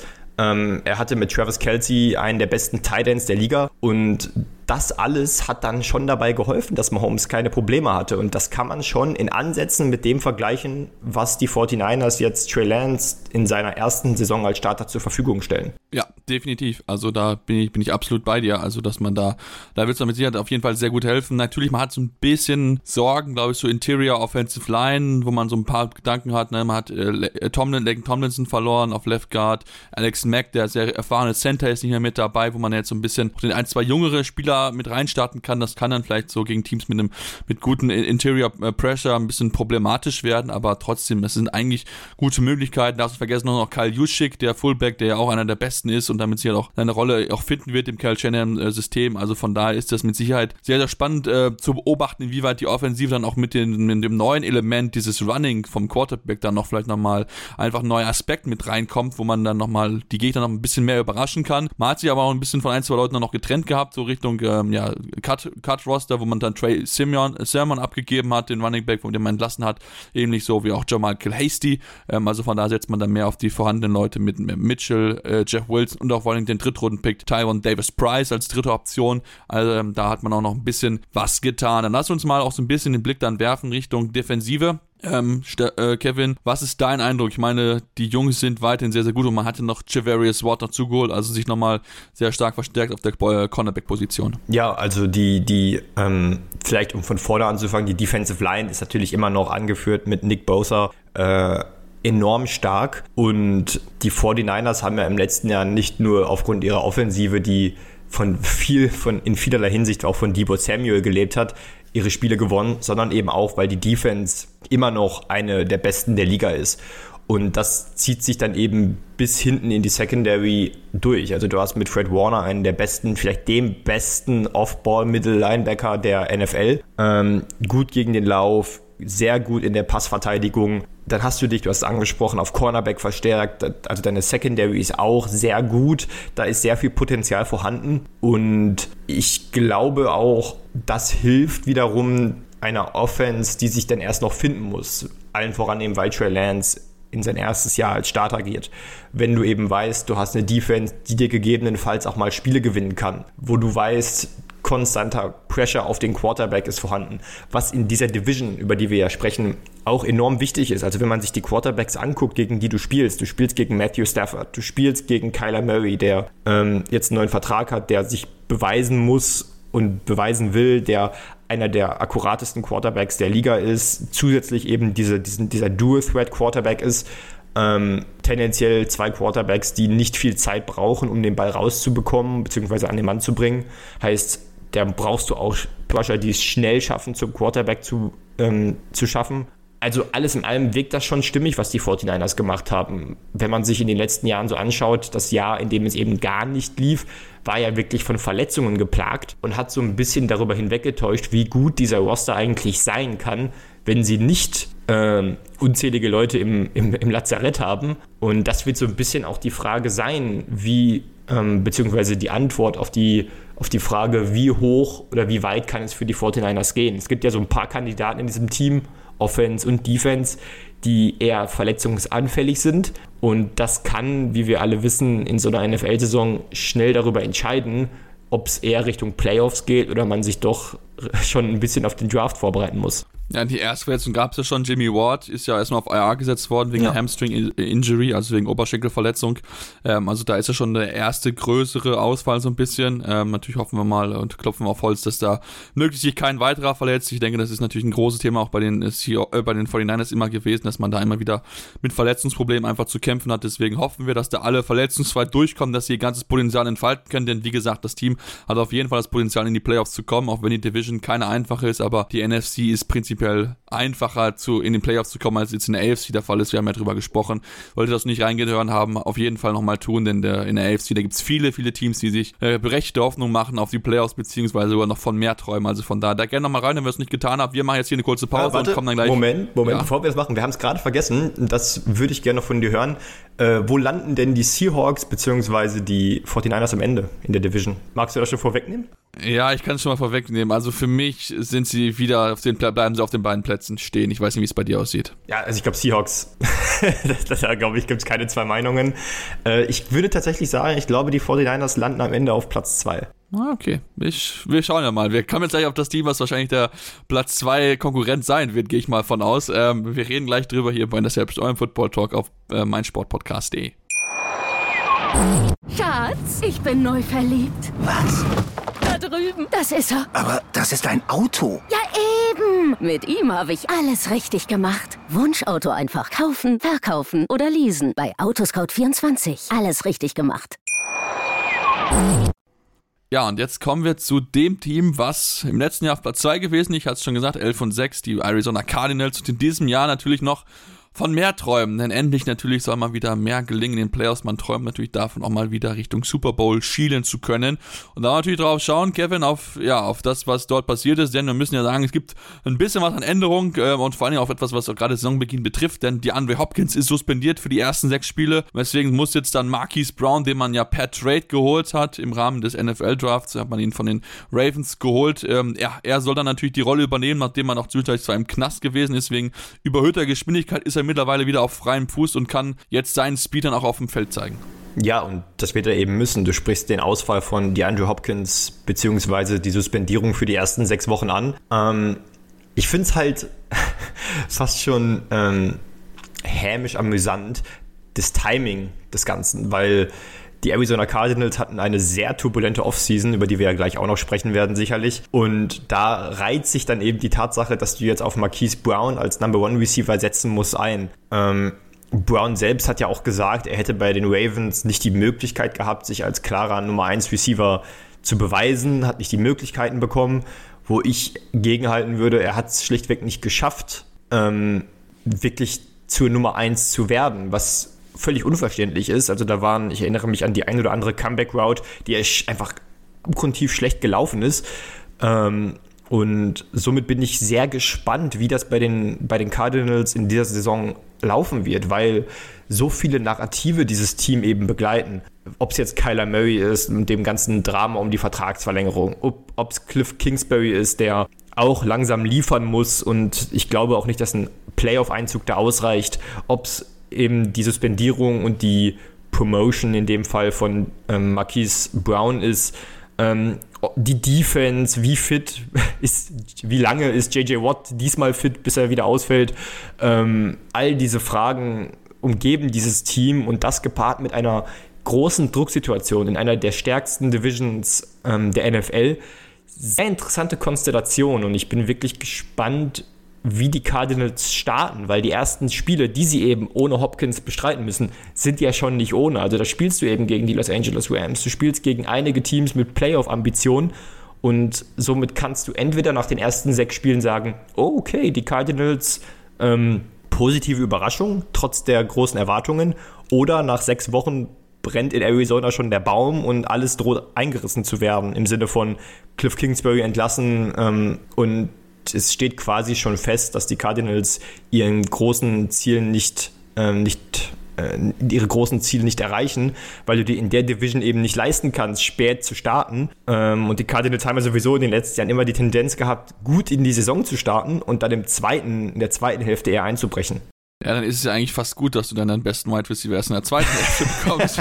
er hatte mit Travis Kelce einen der besten Tight Ends der Liga und das alles hat dann schon dabei geholfen, dass Mahomes keine Probleme hatte und das kann man schon in Ansätzen mit dem vergleichen, was die 49ers jetzt Trey Lance in seiner ersten Saison als Starter zur Verfügung stellen. Ja, definitiv. Also da bin ich absolut bei dir. Also dass man da wird es mit Sicherheit auf jeden Fall sehr gut helfen. Natürlich, man hat so ein bisschen Sorgen, glaube ich, so Interior Offensive Line, wo man so ein paar Gedanken hat. Ne? Man hat Tomlinson verloren auf Left Guard, Alex Mack, der sehr erfahrene Center, ist nicht mehr mit dabei, wo man jetzt so ein bisschen den ein, zwei jüngere Spieler mit reinstarten kann. Das kann dann vielleicht so gegen Teams mit guten Interior Pressure ein bisschen problematisch werden, aber trotzdem, es sind eigentlich gute Möglichkeiten. Darfst du vergessen noch Kyle Juszczyk, der Fullback, der ja auch einer der besten ist und damit sicher auch seine Rolle auch finden wird im Kyle Shanahan-System. Also von daher ist das mit Sicherheit sehr, sehr spannend zu beobachten, inwieweit die Offensive dann auch mit dem neuen Element dieses Running vom Quarterback dann noch vielleicht nochmal einfach ein neuer Aspekt mit reinkommt, wo man dann nochmal die Gegner noch ein bisschen mehr überraschen kann. Man hat sich aber auch ein bisschen von ein, zwei Leuten noch getrennt gehabt, so Richtung Cut-Roster, wo man dann Trey Sermon abgegeben hat, den Running Back, den man entlassen hat, ähnlich so wie auch Jamal Hasty. Also von da setzt man dann mehr auf die vorhandenen Leute mit Mitchell, Jeff Wilson und auch vor allem den Drittrunden-Pick Tyron Davis-Price als dritte Option. Also da hat man auch noch ein bisschen was getan. Dann lass uns mal auch so ein bisschen den Blick dann werfen Richtung Defensive. Kevin, was ist dein Eindruck? Ich meine, die Jungs sind weiterhin sehr, sehr gut und man hatte noch Javarius Ward noch zugeholt, also sich nochmal sehr stark verstärkt auf der Cornerback-Position. Ja, also die vielleicht um von vorne anzufangen, die Defensive Line ist natürlich immer noch angeführt mit Nick Bosa, enorm stark und die 49ers haben ja im letzten Jahr nicht nur aufgrund ihrer Offensive, die in vielerlei Hinsicht auch von Deebo Samuel gelebt hat, ihre Spiele gewonnen, sondern eben auch, weil die Defense immer noch eine der besten der Liga ist. Und das zieht sich dann eben bis hinten in die Secondary durch. Also du hast mit Fred Warner einen der besten, vielleicht dem besten Off-Ball-Middle-Linebacker der NFL. Gut gegen den Lauf, sehr gut in der Passverteidigung. Dann hast du dich, du hast es angesprochen, auf Cornerback verstärkt. Also deine Secondary ist auch sehr gut. Da ist sehr viel Potenzial vorhanden. Und ich glaube auch, das hilft wiederum einer Offense, die sich dann erst noch finden muss. Allen voran eben, weil Trey Lance in sein erstes Jahr als Starter geht. Wenn du eben weißt, du hast eine Defense, die dir gegebenenfalls auch mal Spiele gewinnen kann, wo du weißt, konstanter Pressure auf den Quarterback ist vorhanden, was in dieser Division, über die wir ja sprechen, auch enorm wichtig ist. Also wenn man sich die Quarterbacks anguckt, gegen die du spielst gegen Matthew Stafford, du spielst gegen Kyler Murray, der jetzt einen neuen Vertrag hat, der sich beweisen muss und beweisen will, der einer der akkuratesten Quarterbacks der Liga ist, zusätzlich eben dieser Dual-Threat-Quarterback ist, tendenziell zwei Quarterbacks, die nicht viel Zeit brauchen, um den Ball rauszubekommen, beziehungsweise an den Mann zu bringen. Heißt, da brauchst du auch Rusher, die es schnell schaffen, zum Quarterback zu schaffen. Also alles in allem wirkt das schon stimmig, was die 49ers gemacht haben. Wenn man sich in den letzten Jahren so anschaut, das Jahr, in dem es eben gar nicht lief, war ja wirklich von Verletzungen geplagt und hat so ein bisschen darüber hinweggetäuscht, wie gut dieser Roster eigentlich sein kann, wenn sie nicht unzählige Leute im Lazarett haben. Und das wird so ein bisschen auch die Frage sein, beziehungsweise die Antwort auf die Frage, wie hoch oder wie weit kann es für die 49ers gehen. Es gibt ja so ein paar Kandidaten in diesem Team, Offense und Defense, die eher verletzungsanfällig sind. Und das kann, wie wir alle wissen, in so einer NFL-Saison schnell darüber entscheiden, ob es eher Richtung Playoffs geht oder man sich doch schon ein bisschen auf den Draft vorbereiten muss. Ja, die erste Verletzung gab es ja schon. Jimmy Ward ist ja erstmal auf IR gesetzt worden wegen einer Hamstring-Injury, also wegen Oberschenkelverletzung. Also da ist ja schon der erste größere Ausfall so ein bisschen. Natürlich hoffen wir mal und klopfen wir auf Holz, dass da möglichst sich kein weiterer verletzt. Ich denke, das ist natürlich ein großes Thema auch bei den 49ers immer gewesen, dass man da immer wieder mit Verletzungsproblemen einfach zu kämpfen hat. Deswegen hoffen wir, dass da alle verletzungsfrei durchkommen, dass sie ihr ganzes Potenzial entfalten können. Denn wie gesagt, das Team hat auf jeden Fall das Potenzial, in die Playoffs zu kommen, auch wenn die Division keine einfache ist. Aber die NFC ist prinzipiell einfacher in den Playoffs zu kommen, als jetzt in der AFC der Fall ist. Wir haben ja drüber gesprochen. Wollte das nicht reingehört haben, auf jeden Fall nochmal tun, denn in der AFC, da gibt es viele, viele Teams, die sich berechtigte Hoffnung machen auf die Playoffs, beziehungsweise sogar noch von mehr träumen. Also von da gerne nochmal rein, wenn wir es nicht getan haben. Wir machen jetzt hier eine kurze Pause und kommen dann gleich. Moment, bevor wir das machen, wir haben es gerade vergessen, das würde ich gerne noch von dir hören. Wo landen denn die Seahawks beziehungsweise die 49ers am Ende in der Division? Magst du das schon vorwegnehmen? Ja, ich kann es schon mal vorwegnehmen. Also für mich bleiben sie auf den beiden Plätzen stehen. Ich weiß nicht, wie es bei dir aussieht. Ja, also ich glaube Seahawks. Da glaube ich, gibt es keine zwei Meinungen. Ich würde tatsächlich sagen, ich glaube, die 49ers landen am Ende auf Platz 2. Okay, wir schauen ja mal. Wir kommen jetzt gleich auf das Team, was wahrscheinlich der Platz 2 Konkurrent sein wird, gehe ich mal von aus. Wir reden gleich drüber hier bei Selbst eurem Football Talk auf meinsportpodcast.de. Schatz, ich bin neu verliebt. Was? Da drüben. Das ist er. Aber das ist ein Auto. Ja, eben. Mit ihm habe ich alles richtig gemacht. Wunschauto einfach kaufen, verkaufen oder leasen. Bei Autoscout24. Alles richtig gemacht. Ja, und jetzt kommen wir zu dem Team, was im letzten Jahr auf Platz 2 gewesen ist. Ich hatte es schon gesagt, 11-6, die Arizona Cardinals. Und in diesem Jahr natürlich noch von mehr träumen, denn endlich natürlich soll mal wieder mehr gelingen in den Playoffs. Man träumt natürlich davon, auch mal wieder Richtung Super Bowl schielen zu können. Und da natürlich drauf schauen, Kevin, auf das, was dort passiert ist, denn wir müssen ja sagen, es gibt ein bisschen was an Änderung und vor allem auf etwas, was auch gerade Saisonbeginn betrifft, denn DeAndre Hopkins ist suspendiert für die ersten 6 Spiele, deswegen muss jetzt dann Marquise Brown, den man ja per Trade geholt hat, im Rahmen des NFL-Drafts, hat man ihn von den Ravens geholt, er soll dann natürlich die Rolle übernehmen, nachdem man auch zwischendurch zwar im Knast gewesen ist, wegen überhöhter Geschwindigkeit ist er mittlerweile wieder auf freiem Fuß und kann jetzt seinen Speed dann auch auf dem Feld zeigen. Ja, und das wird er eben müssen. Du sprichst den Ausfall von DeAndre Hopkins beziehungsweise die Suspendierung für die ersten 6 Wochen an. Ich finde es halt fast schon hämisch amüsant, das Timing des Ganzen, weil die Arizona Cardinals hatten eine sehr turbulente Offseason, über die wir ja gleich auch noch sprechen werden sicherlich. Und da reiht sich dann eben die Tatsache, dass du jetzt auf Marquise Brown als Number One Receiver setzen musst ein. Brown selbst hat ja auch gesagt, er hätte bei den Ravens nicht die Möglichkeit gehabt, sich als klarer Nummer 1 Receiver zu beweisen, hat nicht die Möglichkeiten bekommen, wo ich gegenhalten würde, er hat es schlichtweg nicht geschafft, wirklich zur Nummer 1 zu werden, was völlig unverständlich ist. Also ich erinnere mich an die ein oder andere Comeback-Route, die einfach grundtief schlecht gelaufen ist. Und somit bin ich sehr gespannt, wie das bei den Cardinals in dieser Saison laufen wird, weil so viele Narrative dieses Team eben begleiten. Ob es jetzt Kyler Murray ist mit dem ganzen Drama um die Vertragsverlängerung, ob es Cliff Kingsbury ist, der auch langsam liefern muss und ich glaube auch nicht, dass ein Playoff-Einzug da ausreicht, ob es eben die Suspendierung und die Promotion in dem Fall von Marquise Brown ist, die Defense, wie lange ist JJ Watt diesmal fit, bis er wieder ausfällt, all diese Fragen umgeben dieses Team und das gepaart mit einer großen Drucksituation in einer der stärksten Divisions der NFL. Sehr interessante Konstellation und ich bin wirklich gespannt, wie die Cardinals starten, weil die ersten Spiele, die sie eben ohne Hopkins bestreiten müssen, sind ja schon nicht ohne. Also da spielst du eben gegen die Los Angeles Rams, du spielst gegen einige Teams mit Playoff-Ambitionen und somit kannst du entweder nach den ersten 6 Spielen sagen, oh, okay, die Cardinals positive Überraschung, trotz der großen Erwartungen, oder nach 6 Wochen brennt in Arizona schon der Baum und alles droht eingerissen zu werden, im Sinne von Cliff Kingsbury entlassen und es steht quasi schon fest, dass die Cardinals ihre großen Ziele nicht erreichen, weil du dir in der Division eben nicht leisten kannst, spät zu starten. Und die Cardinals haben ja sowieso in den letzten Jahren immer die Tendenz gehabt, gut in die Saison zu starten und dann in der zweiten Hälfte eher einzubrechen. Ja, dann ist es ja eigentlich fast gut, dass du dann deinen besten Wide Receiver erst in der zweiten Hälfte bekommst.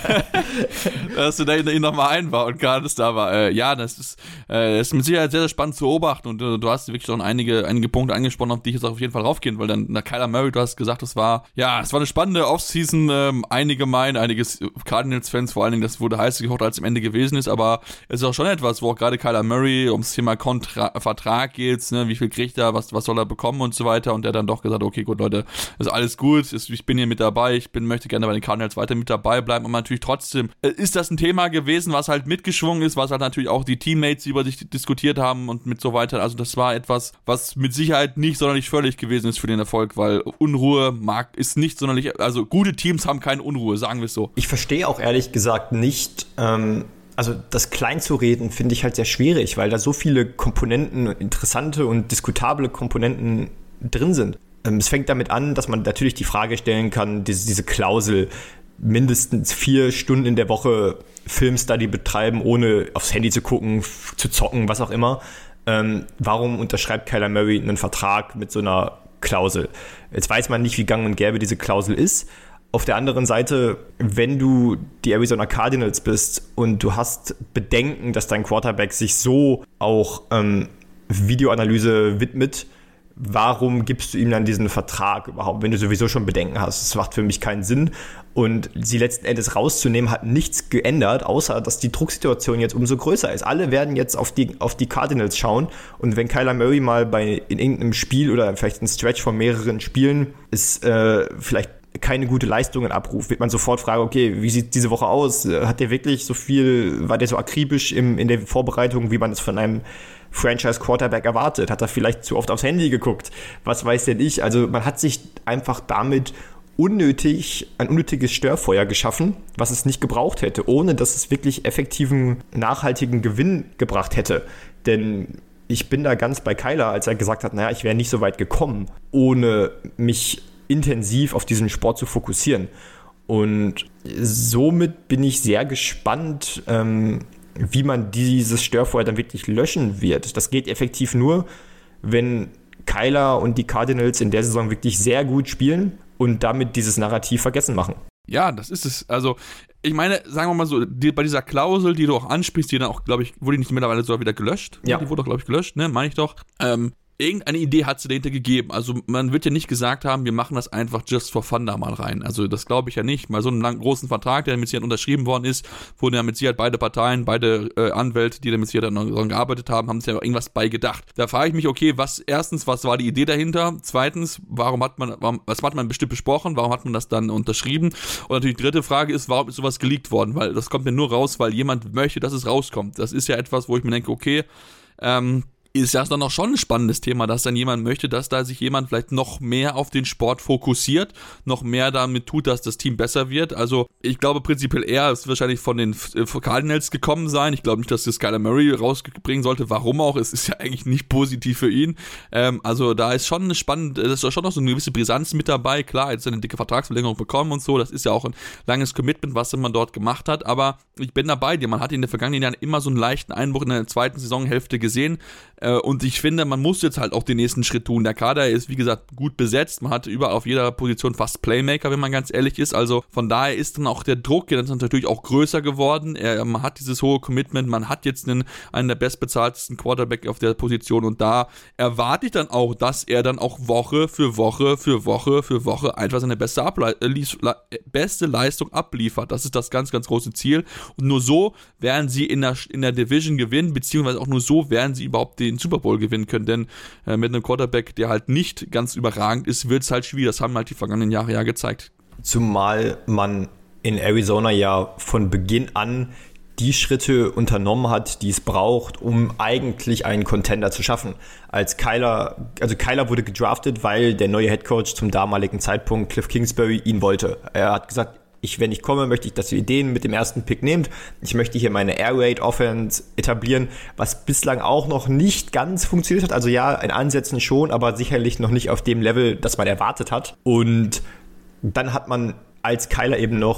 Dass du da ihn nochmal einbauen kannst. Aber ja, das ist mit Sicherheit sehr, sehr spannend zu beobachten. Und du hast wirklich schon einige Punkte angesprochen, auf die ich jetzt auf jeden Fall raufgehen, weil dann Kyler Murray, du hast gesagt, es war eine spannende Offseason. Einige Cardinals-Fans, vor allen Dingen, das wurde heißer gekocht, als es am Ende gewesen ist. Aber es ist auch schon etwas, wo auch gerade Kyler Murray ums Thema Vertrag geht, ne? Wie viel kriegt er, was soll er bekommen und so weiter. Und der dann doch gesagt, okay, gut, Leute, ist alles gut, ich bin hier mit dabei, möchte gerne bei den Cardinals weiter mit dabei bleiben, aber natürlich trotzdem ist das ein Thema gewesen, was halt mitgeschwungen ist, was halt natürlich auch die Teammates über sich diskutiert haben und mit so weiter, also das war etwas, was mit Sicherheit nicht sonderlich förderlich gewesen ist für den Erfolg, weil Unruhe ist nicht sonderlich, also gute Teams haben keine Unruhe, sagen wir es so. Ich verstehe auch ehrlich gesagt nicht, also das klein zu reden finde ich halt sehr schwierig, weil da so viele Komponenten, interessante und diskutable Komponenten drin sind. Es fängt damit an, dass man natürlich die Frage stellen kann, diese Klausel, mindestens 4 Stunden in der Woche Filmstudy betreiben, ohne aufs Handy zu gucken, zu zocken, was auch immer. Warum unterschreibt Kyler Murray einen Vertrag mit so einer Klausel? Jetzt weiß man nicht, wie gang und gäbe diese Klausel ist. Auf der anderen Seite, wenn du die Arizona Cardinals bist und du hast Bedenken, dass dein Quarterback sich so auch Videoanalyse widmet, warum gibst du ihm dann diesen Vertrag überhaupt, wenn du sowieso schon Bedenken hast? Das macht für mich keinen Sinn. Und sie letzten Endes rauszunehmen, hat nichts geändert, außer dass die Drucksituation jetzt umso größer ist. Alle werden jetzt auf die Cardinals schauen. Und wenn Kyler Murray mal in irgendeinem Spiel oder vielleicht ein Stretch von mehreren Spielen ist, vielleicht keine gute Leistungen abruft, wird man sofort fragen, okay, wie sieht diese Woche aus? Hat der wirklich so viel, war der so akribisch in der Vorbereitung, wie man es von einem Franchise-Quarterback erwartet? Hat er vielleicht zu oft aufs Handy geguckt? Was weiß denn ich? Also man hat sich einfach damit ein unnötiges Störfeuer geschaffen, was es nicht gebraucht hätte, ohne dass es wirklich effektiven, nachhaltigen Gewinn gebracht hätte. Denn ich bin da ganz bei Kyler, als er gesagt hat, naja, ich wäre nicht so weit gekommen, ohne mich intensiv auf diesen Sport zu fokussieren. Und somit bin ich sehr gespannt, wie man dieses Störfeuer dann wirklich löschen wird. Das geht effektiv nur, wenn Kyler und die Cardinals in der Saison wirklich sehr gut spielen und damit dieses Narrativ vergessen machen. Ja, das ist es. Also, ich meine, sagen wir mal so, bei dieser Klausel, die du auch ansprichst, die dann auch, glaube ich, wurde die nicht mittlerweile sogar wieder gelöscht? Ja. Die wurde doch, glaube ich, gelöscht, ne? Meine ich doch. Irgendeine Idee hat sie dahinter gegeben. Also man wird ja nicht gesagt haben, wir machen das einfach just for fun da mal rein. Also das glaube ich ja nicht. Mal so einen langen, großen Vertrag, der mit Sicherheit unterschrieben worden ist, wurden ja mit Sicherheit beide Parteien, beide Anwälte, die da mit Sicherheit daran gearbeitet haben, haben sich ja irgendwas bei gedacht. Da frage ich mich, okay, was war die Idee dahinter? Zweitens, was hat man bestimmt besprochen? Warum hat man das dann unterschrieben? Und natürlich die dritte Frage ist, warum ist sowas geleakt worden? Weil das kommt ja nur raus, weil jemand möchte, dass es rauskommt. Das ist ja etwas, wo ich mir denke, okay, ist das dann auch schon ein spannendes Thema, dass dann jemand möchte, dass da sich jemand vielleicht noch mehr auf den Sport fokussiert, noch mehr damit tut, dass das Team besser wird. Also ich glaube prinzipiell eher, es wird wahrscheinlich von den Cardinals gekommen sein. Ich glaube nicht, dass das Kyler Murray rausbringen sollte. Warum auch? Es ist ja eigentlich nicht positiv für ihn. Also da ist schon spannend, da ist schon noch so eine gewisse Brisanz mit dabei. Klar, jetzt eine dicke Vertragsverlängerung bekommen und so. Das ist ja auch ein langes Commitment, was man dort gemacht hat. Aber ich bin dabei dir. Man hat in den vergangenen Jahren immer so einen leichten Einbruch in der zweiten Saisonhälfte gesehen. Und ich finde, man muss jetzt halt auch den nächsten Schritt tun. Der Kader ist, wie gesagt, gut besetzt. Man hat überall auf jeder Position fast Playmaker, wenn man ganz ehrlich ist. Also von daher ist dann auch der Druck jetzt natürlich auch größer geworden. Man hat dieses hohe Commitment. Man hat jetzt einen der bestbezahltesten Quarterback auf der Position. Und da erwarte ich dann auch, dass er dann auch Woche für Woche einfach seine beste Leistung abliefert. Das ist das ganz, ganz große Ziel. Und nur so werden sie in der Division gewinnen, beziehungsweise auch nur so werden sie überhaupt den Super Bowl gewinnen können, denn mit einem Quarterback, der halt nicht ganz überragend ist, wird es halt schwierig. Das haben halt die vergangenen Jahre ja gezeigt. Zumal man in Arizona ja von Beginn an die Schritte unternommen hat, die es braucht, um eigentlich einen Contender zu schaffen. Kyler wurde gedraftet, weil der neue Headcoach zum damaligen Zeitpunkt, Cliff Kingsbury, ihn wollte. Er hat gesagt, wenn ich komme, möchte ich, dass ihr den mit dem ersten Pick nehmt. Ich möchte hier meine Air Raid Offense etablieren, was bislang auch noch nicht ganz funktioniert hat. Also ja, in Ansätzen schon, aber sicherlich noch nicht auf dem Level, das man erwartet hat. Und dann hat man, als Kyler eben noch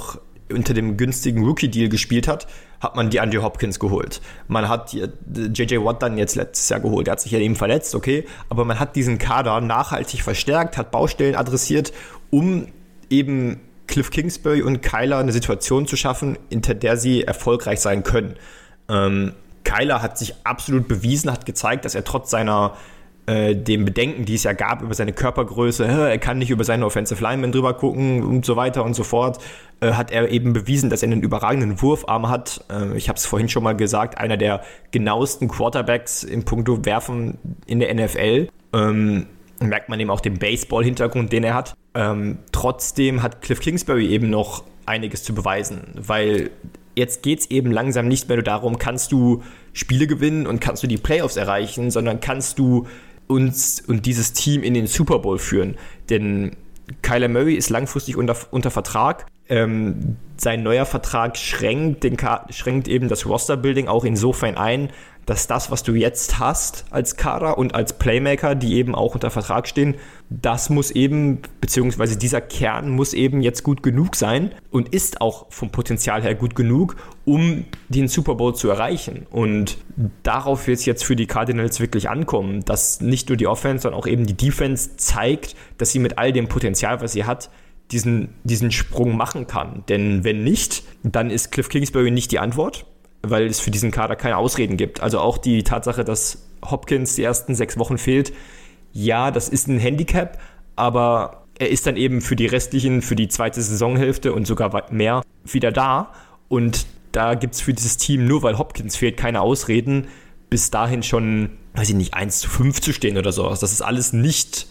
unter dem günstigen Rookie-Deal gespielt hat, hat man die Andrew Hopkins geholt. Man hat J.J. Watt dann jetzt letztes Jahr geholt, der hat sich ja eben verletzt, okay, aber man hat diesen Kader nachhaltig verstärkt, hat Baustellen adressiert, um eben Cliff Kingsbury und Kyler eine Situation zu schaffen, hinter der sie erfolgreich sein können. Kyler hat sich absolut bewiesen, hat gezeigt, dass er trotz seiner den Bedenken, die es ja gab über seine Körpergröße, er kann nicht über seine Offensive Linemen drüber gucken und so weiter und so fort, hat er eben bewiesen, dass er einen überragenden Wurfarm hat. Ich habe es vorhin schon mal gesagt, einer der genauesten Quarterbacks im Punkto Werfen in der NFL. Merkt man eben auch den Baseball-Hintergrund, den er hat. Trotzdem hat Cliff Kingsbury eben noch einiges zu beweisen, weil jetzt geht es eben langsam nicht mehr nur darum, kannst du Spiele gewinnen und kannst du die Playoffs erreichen, sondern kannst du uns und dieses Team in den Super Bowl führen. Denn Kyler Murray ist langfristig unter Vertrag. Sein neuer Vertrag schränkt eben das Roster-Building auch insofern ein, dass das, was du jetzt hast als Kader und als Playmaker, die eben auch unter Vertrag stehen, das muss eben, beziehungsweise dieser Kern muss eben jetzt gut genug sein und ist auch vom Potenzial her gut genug, um den Super Bowl zu erreichen. Und darauf wird es jetzt für die Cardinals wirklich ankommen, dass nicht nur die Offense, sondern auch eben die Defense zeigt, dass sie mit all dem Potenzial, was sie hat, diesen Sprung machen kann. Denn wenn nicht, dann ist Cliff Kingsbury nicht die Antwort, weil es für diesen Kader keine Ausreden gibt. Also auch die Tatsache, dass Hopkins die ersten 6 Wochen fehlt, ja, das ist ein Handicap, aber er ist dann eben für die zweite Saisonhälfte und sogar mehr wieder da. Und da gibt es für dieses Team, nur weil Hopkins fehlt, keine Ausreden, bis dahin schon, 1-5 zu stehen oder sowas. Das ist alles nicht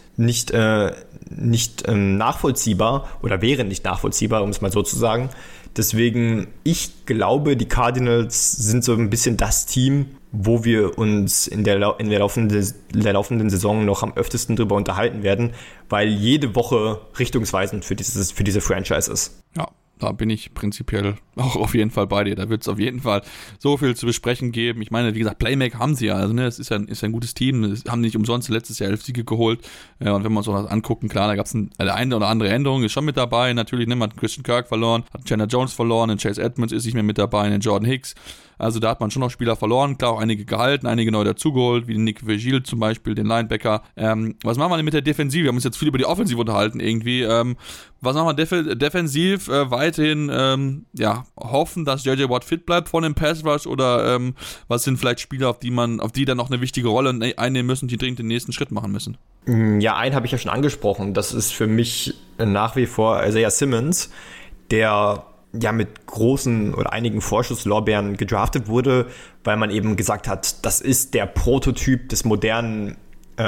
nachvollziehbar oder wäre nicht nachvollziehbar, um es mal so zu sagen. Deswegen, ich glaube, die Cardinals sind so ein bisschen das Team, wo wir uns in der laufenden Saison noch am öftesten drüber unterhalten werden, weil jede Woche richtungsweisend für diese Franchise ist. Ja, da bin ich prinzipiell auch auf jeden Fall bei dir. Da wird es auf jeden Fall so viel zu besprechen geben. Ich meine, wie gesagt, Playmaker haben sie ja. Also, es ist ja ein gutes Team. Das haben nicht umsonst letztes Jahr 11 Siege geholt. Und wenn wir uns auch das angucken, klar, da gab es eine oder andere Änderung, ist schon mit dabei. Natürlich, man hat Christian Kirk verloren, hat Chandler Jones verloren, und Chase Edmonds ist nicht mehr mit dabei, und Jordan Hicks. Also da hat man schon noch Spieler verloren, klar auch einige gehalten, einige neu dazugeholt, wie Nick Vigil zum Beispiel, den Linebacker. Was machen wir denn mit der Defensive? Wir haben uns jetzt viel über die Offensive unterhalten irgendwie. Was machen wir defensiv? Weiterhin hoffen, dass J.J. Watt fit bleibt von dem Pass Rush, oder was sind vielleicht Spieler, auf die dann noch eine wichtige Rolle einnehmen müssen, die dringend den nächsten Schritt machen müssen? Ja, einen habe ich ja schon angesprochen. Das ist für mich nach wie vor Isaiah Simmons, der ja mit großen oder einigen Vorschusslorbeeren gedraftet wurde, weil man eben gesagt hat, das ist der Prototyp des modernen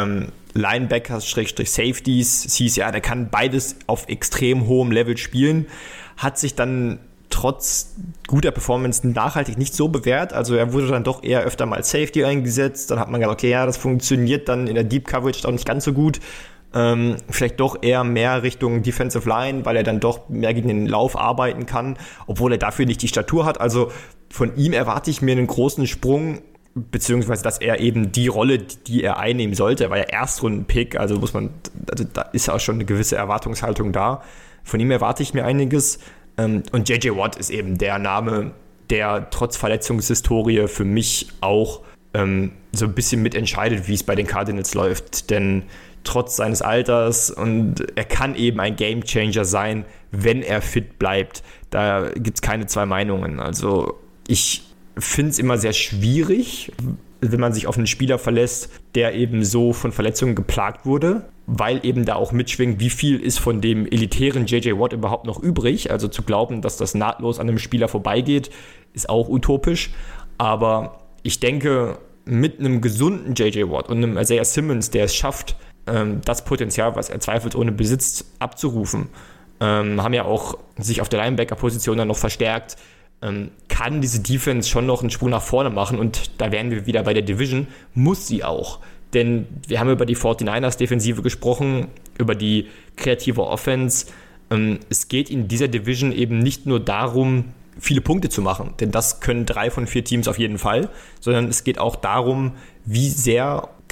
Linebackers/Safeties. Es hieß ja, der kann beides auf extrem hohem Level spielen, hat sich dann trotz guter Performance nachhaltig nicht so bewährt. Also er wurde dann doch eher öfter mal als Safety eingesetzt. Dann hat man gedacht, okay, ja, das funktioniert dann in der Deep Coverage auch nicht ganz so gut. Vielleicht doch eher mehr Richtung Defensive Line, weil er dann doch mehr gegen den Lauf arbeiten kann, obwohl er dafür nicht die Statur hat. Also von ihm erwarte ich mir einen großen Sprung, beziehungsweise dass er eben die Rolle, die er einnehmen sollte, er war ja Erstrunden-Pick, also da ist auch schon eine gewisse Erwartungshaltung da. Von ihm erwarte ich mir einiges. Und J.J. Watt ist eben der Name, der trotz Verletzungshistorie für mich auch so ein bisschen mitentscheidet, wie es bei den Cardinals läuft. Denn trotz seines Alters, und er kann eben ein Gamechanger sein, wenn er fit bleibt. Da gibt es keine zwei Meinungen. Also ich finde es immer sehr schwierig, wenn man sich auf einen Spieler verlässt, der eben so von Verletzungen geplagt wurde, weil eben da auch mitschwingt, wie viel ist von dem elitären J.J. Watt überhaupt noch übrig. Also zu glauben, dass das nahtlos an einem Spieler vorbeigeht, ist auch utopisch. Aber ich denke, mit einem gesunden J.J. Watt und einem Isaiah Simmons, der es schafft, das Potenzial, was er zweifelsohne besitzt, abzurufen, haben ja auch sich auf der Linebacker-Position dann noch verstärkt, kann diese Defense schon noch einen Sprung nach vorne machen, und da wären wir wieder bei der Division, muss sie auch. Denn wir haben über die 49ers-Defensive gesprochen, über die kreative Offense. Es geht in dieser Division eben nicht nur darum, viele Punkte zu machen, denn das können 3 von 4 Teams auf jeden Fall, sondern es geht auch darum, wie sehr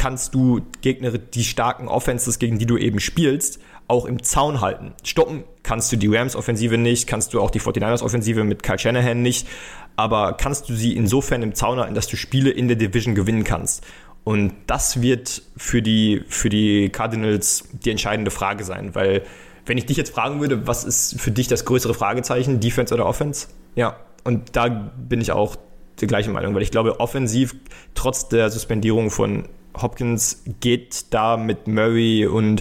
kannst du Gegner, die starken Offenses, gegen die du eben spielst, auch im Zaun halten. Stoppen kannst du die Rams-Offensive nicht, kannst du auch die 49ers-Offensive mit Kyle Shanahan nicht, aber kannst du sie insofern im Zaun halten, dass du Spiele in der Division gewinnen kannst. Und das wird für die Cardinals die entscheidende Frage sein, weil wenn ich dich jetzt fragen würde, was ist für dich das größere Fragezeichen, Defense oder Offense? Ja, und da bin ich auch der gleichen Meinung, weil ich glaube, offensiv, trotz der Suspendierung von Hopkins, geht da mit Murray und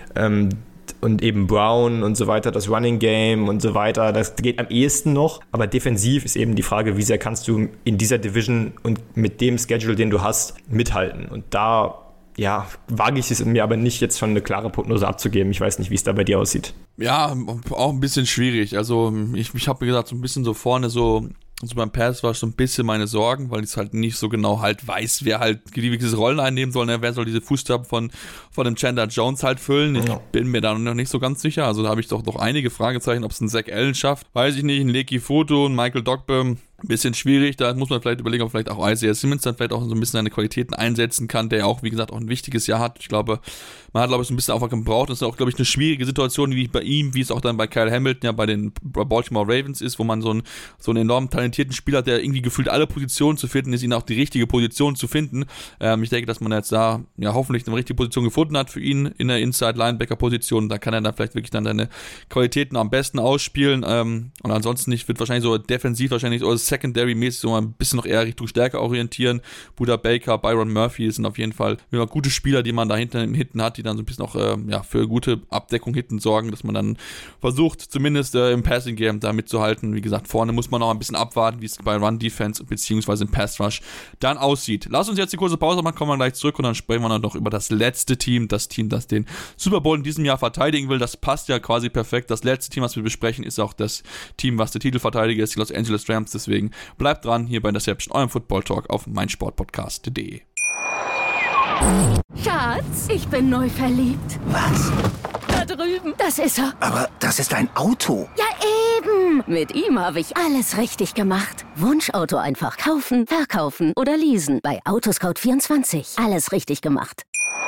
eben Brown und so weiter, das Running Game und so weiter, das geht am ehesten noch. Aber defensiv ist eben die Frage, wie sehr kannst du in dieser Division und mit dem Schedule, den du hast, mithalten. Und da wage ich es mir aber nicht, jetzt schon eine klare Prognose abzugeben. Ich weiß nicht, wie es da bei dir aussieht. Ja, auch ein bisschen schwierig. Also ich habe mir gesagt, so ein bisschen so vorne so beim Pass war so ein bisschen meine Sorgen, weil ich es halt nicht so genau halt weiß, wer halt gewisse Rollen einnehmen soll, wer soll diese Fußstapfen von dem Chandler Jones halt füllen. Ich bin mir da noch nicht so ganz sicher. Also da habe ich doch noch einige Fragezeichen, ob es ein Zach Allen schafft. Weiß ich nicht, ein Leki Foto, ein Michael Dogbe. Ein bisschen schwierig, da muss man vielleicht überlegen, ob vielleicht auch Isaiah Simmons dann vielleicht auch so ein bisschen seine Qualitäten einsetzen kann, der ja auch, wie gesagt, auch ein wichtiges Jahr hat. Ich glaube, man hat, glaube ich, so ein bisschen Aufwand gebraucht. Das ist auch, glaube ich, eine schwierige Situation, wie bei ihm, wie es auch dann bei Kyle Hamilton ja bei den Baltimore Ravens ist, wo man so einen enorm talentierten Spieler hat, der irgendwie gefühlt alle Positionen zu finden ist, ihn auch die richtige Position zu finden. Ich denke, dass man jetzt da ja hoffentlich eine richtige Position gefunden hat für ihn in der Inside-Linebacker-Position. Da kann er dann vielleicht wirklich dann seine Qualitäten am besten ausspielen. Und ansonsten wird wahrscheinlich so defensiv wahrscheinlich oder Secondary-mäßig so ein bisschen noch eher Richtung Stärke orientieren. Buda Baker, Byron Murphy sind auf jeden Fall gute Spieler, die man da hinten hat, die dann so ein bisschen auch für gute Abdeckung hinten sorgen, dass man dann versucht, zumindest im Passing-Game da mitzuhalten. Wie gesagt, vorne muss man noch ein bisschen abwarten, wie es bei Run-Defense bzw. im Pass-Rush dann aussieht. Lass uns jetzt die kurze Pause machen, kommen wir gleich zurück und dann sprechen wir dann noch über das letzte Team, das den Super Bowl in diesem Jahr verteidigen will. Das passt ja quasi perfekt. Das letzte Team, was wir besprechen, ist auch das Team, was der Titelverteidiger ist, die Los Angeles Rams. Deswegen bleibt dran hier bei Interception, eurem Football Talk auf meinsportpodcast.de. Schatz, ich bin neu verliebt. Was? Da drüben. Das ist er. Aber das ist ein Auto. Ja, eben. Mit ihm habe ich alles richtig gemacht. Wunschauto einfach kaufen, verkaufen oder leasen. Bei Autoscout24. Alles richtig gemacht.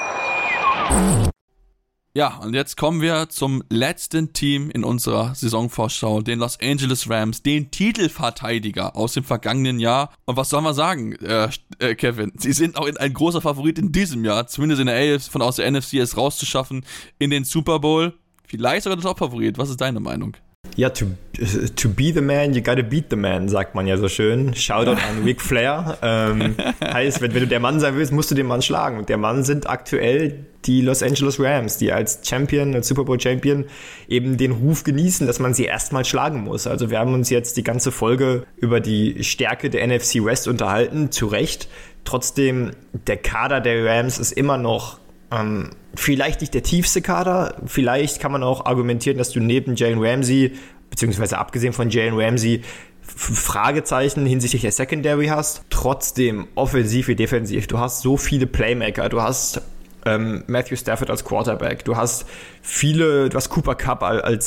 Ja, und jetzt kommen wir zum letzten Team in unserer Saisonvorschau, den Los Angeles Rams, den Titelverteidiger aus dem vergangenen Jahr. Und was soll man sagen, Kevin? Sie sind auch ein großer Favorit in diesem Jahr, zumindest in der AFC, aus der NFC es rauszuschaffen in den Super Bowl. Vielleicht sogar der Top-Favorit. Was ist deine Meinung? Ja, to be the man, you gotta beat the man, sagt man ja so schön. Shoutout an Ric Flair. Heißt, wenn du der Mann sein willst, musst du den Mann schlagen. Und der Mann sind aktuell die Los Angeles Rams, die als Super Bowl Champion eben den Ruf genießen, dass man sie erstmal schlagen muss. Also wir haben uns jetzt die ganze Folge über die Stärke der NFC West unterhalten, zu Recht. Trotzdem, der Kader der Rams ist immer noch vielleicht nicht der tiefste Kader. Vielleicht kann man auch argumentieren, dass du neben Jalen Ramsey, beziehungsweise abgesehen von Jalen Ramsey, Fragezeichen hinsichtlich der Secondary hast. Trotzdem, offensiv wie defensiv, du hast so viele Playmaker, du hast Matthew Stafford als Quarterback, du hast Cooper Kupp als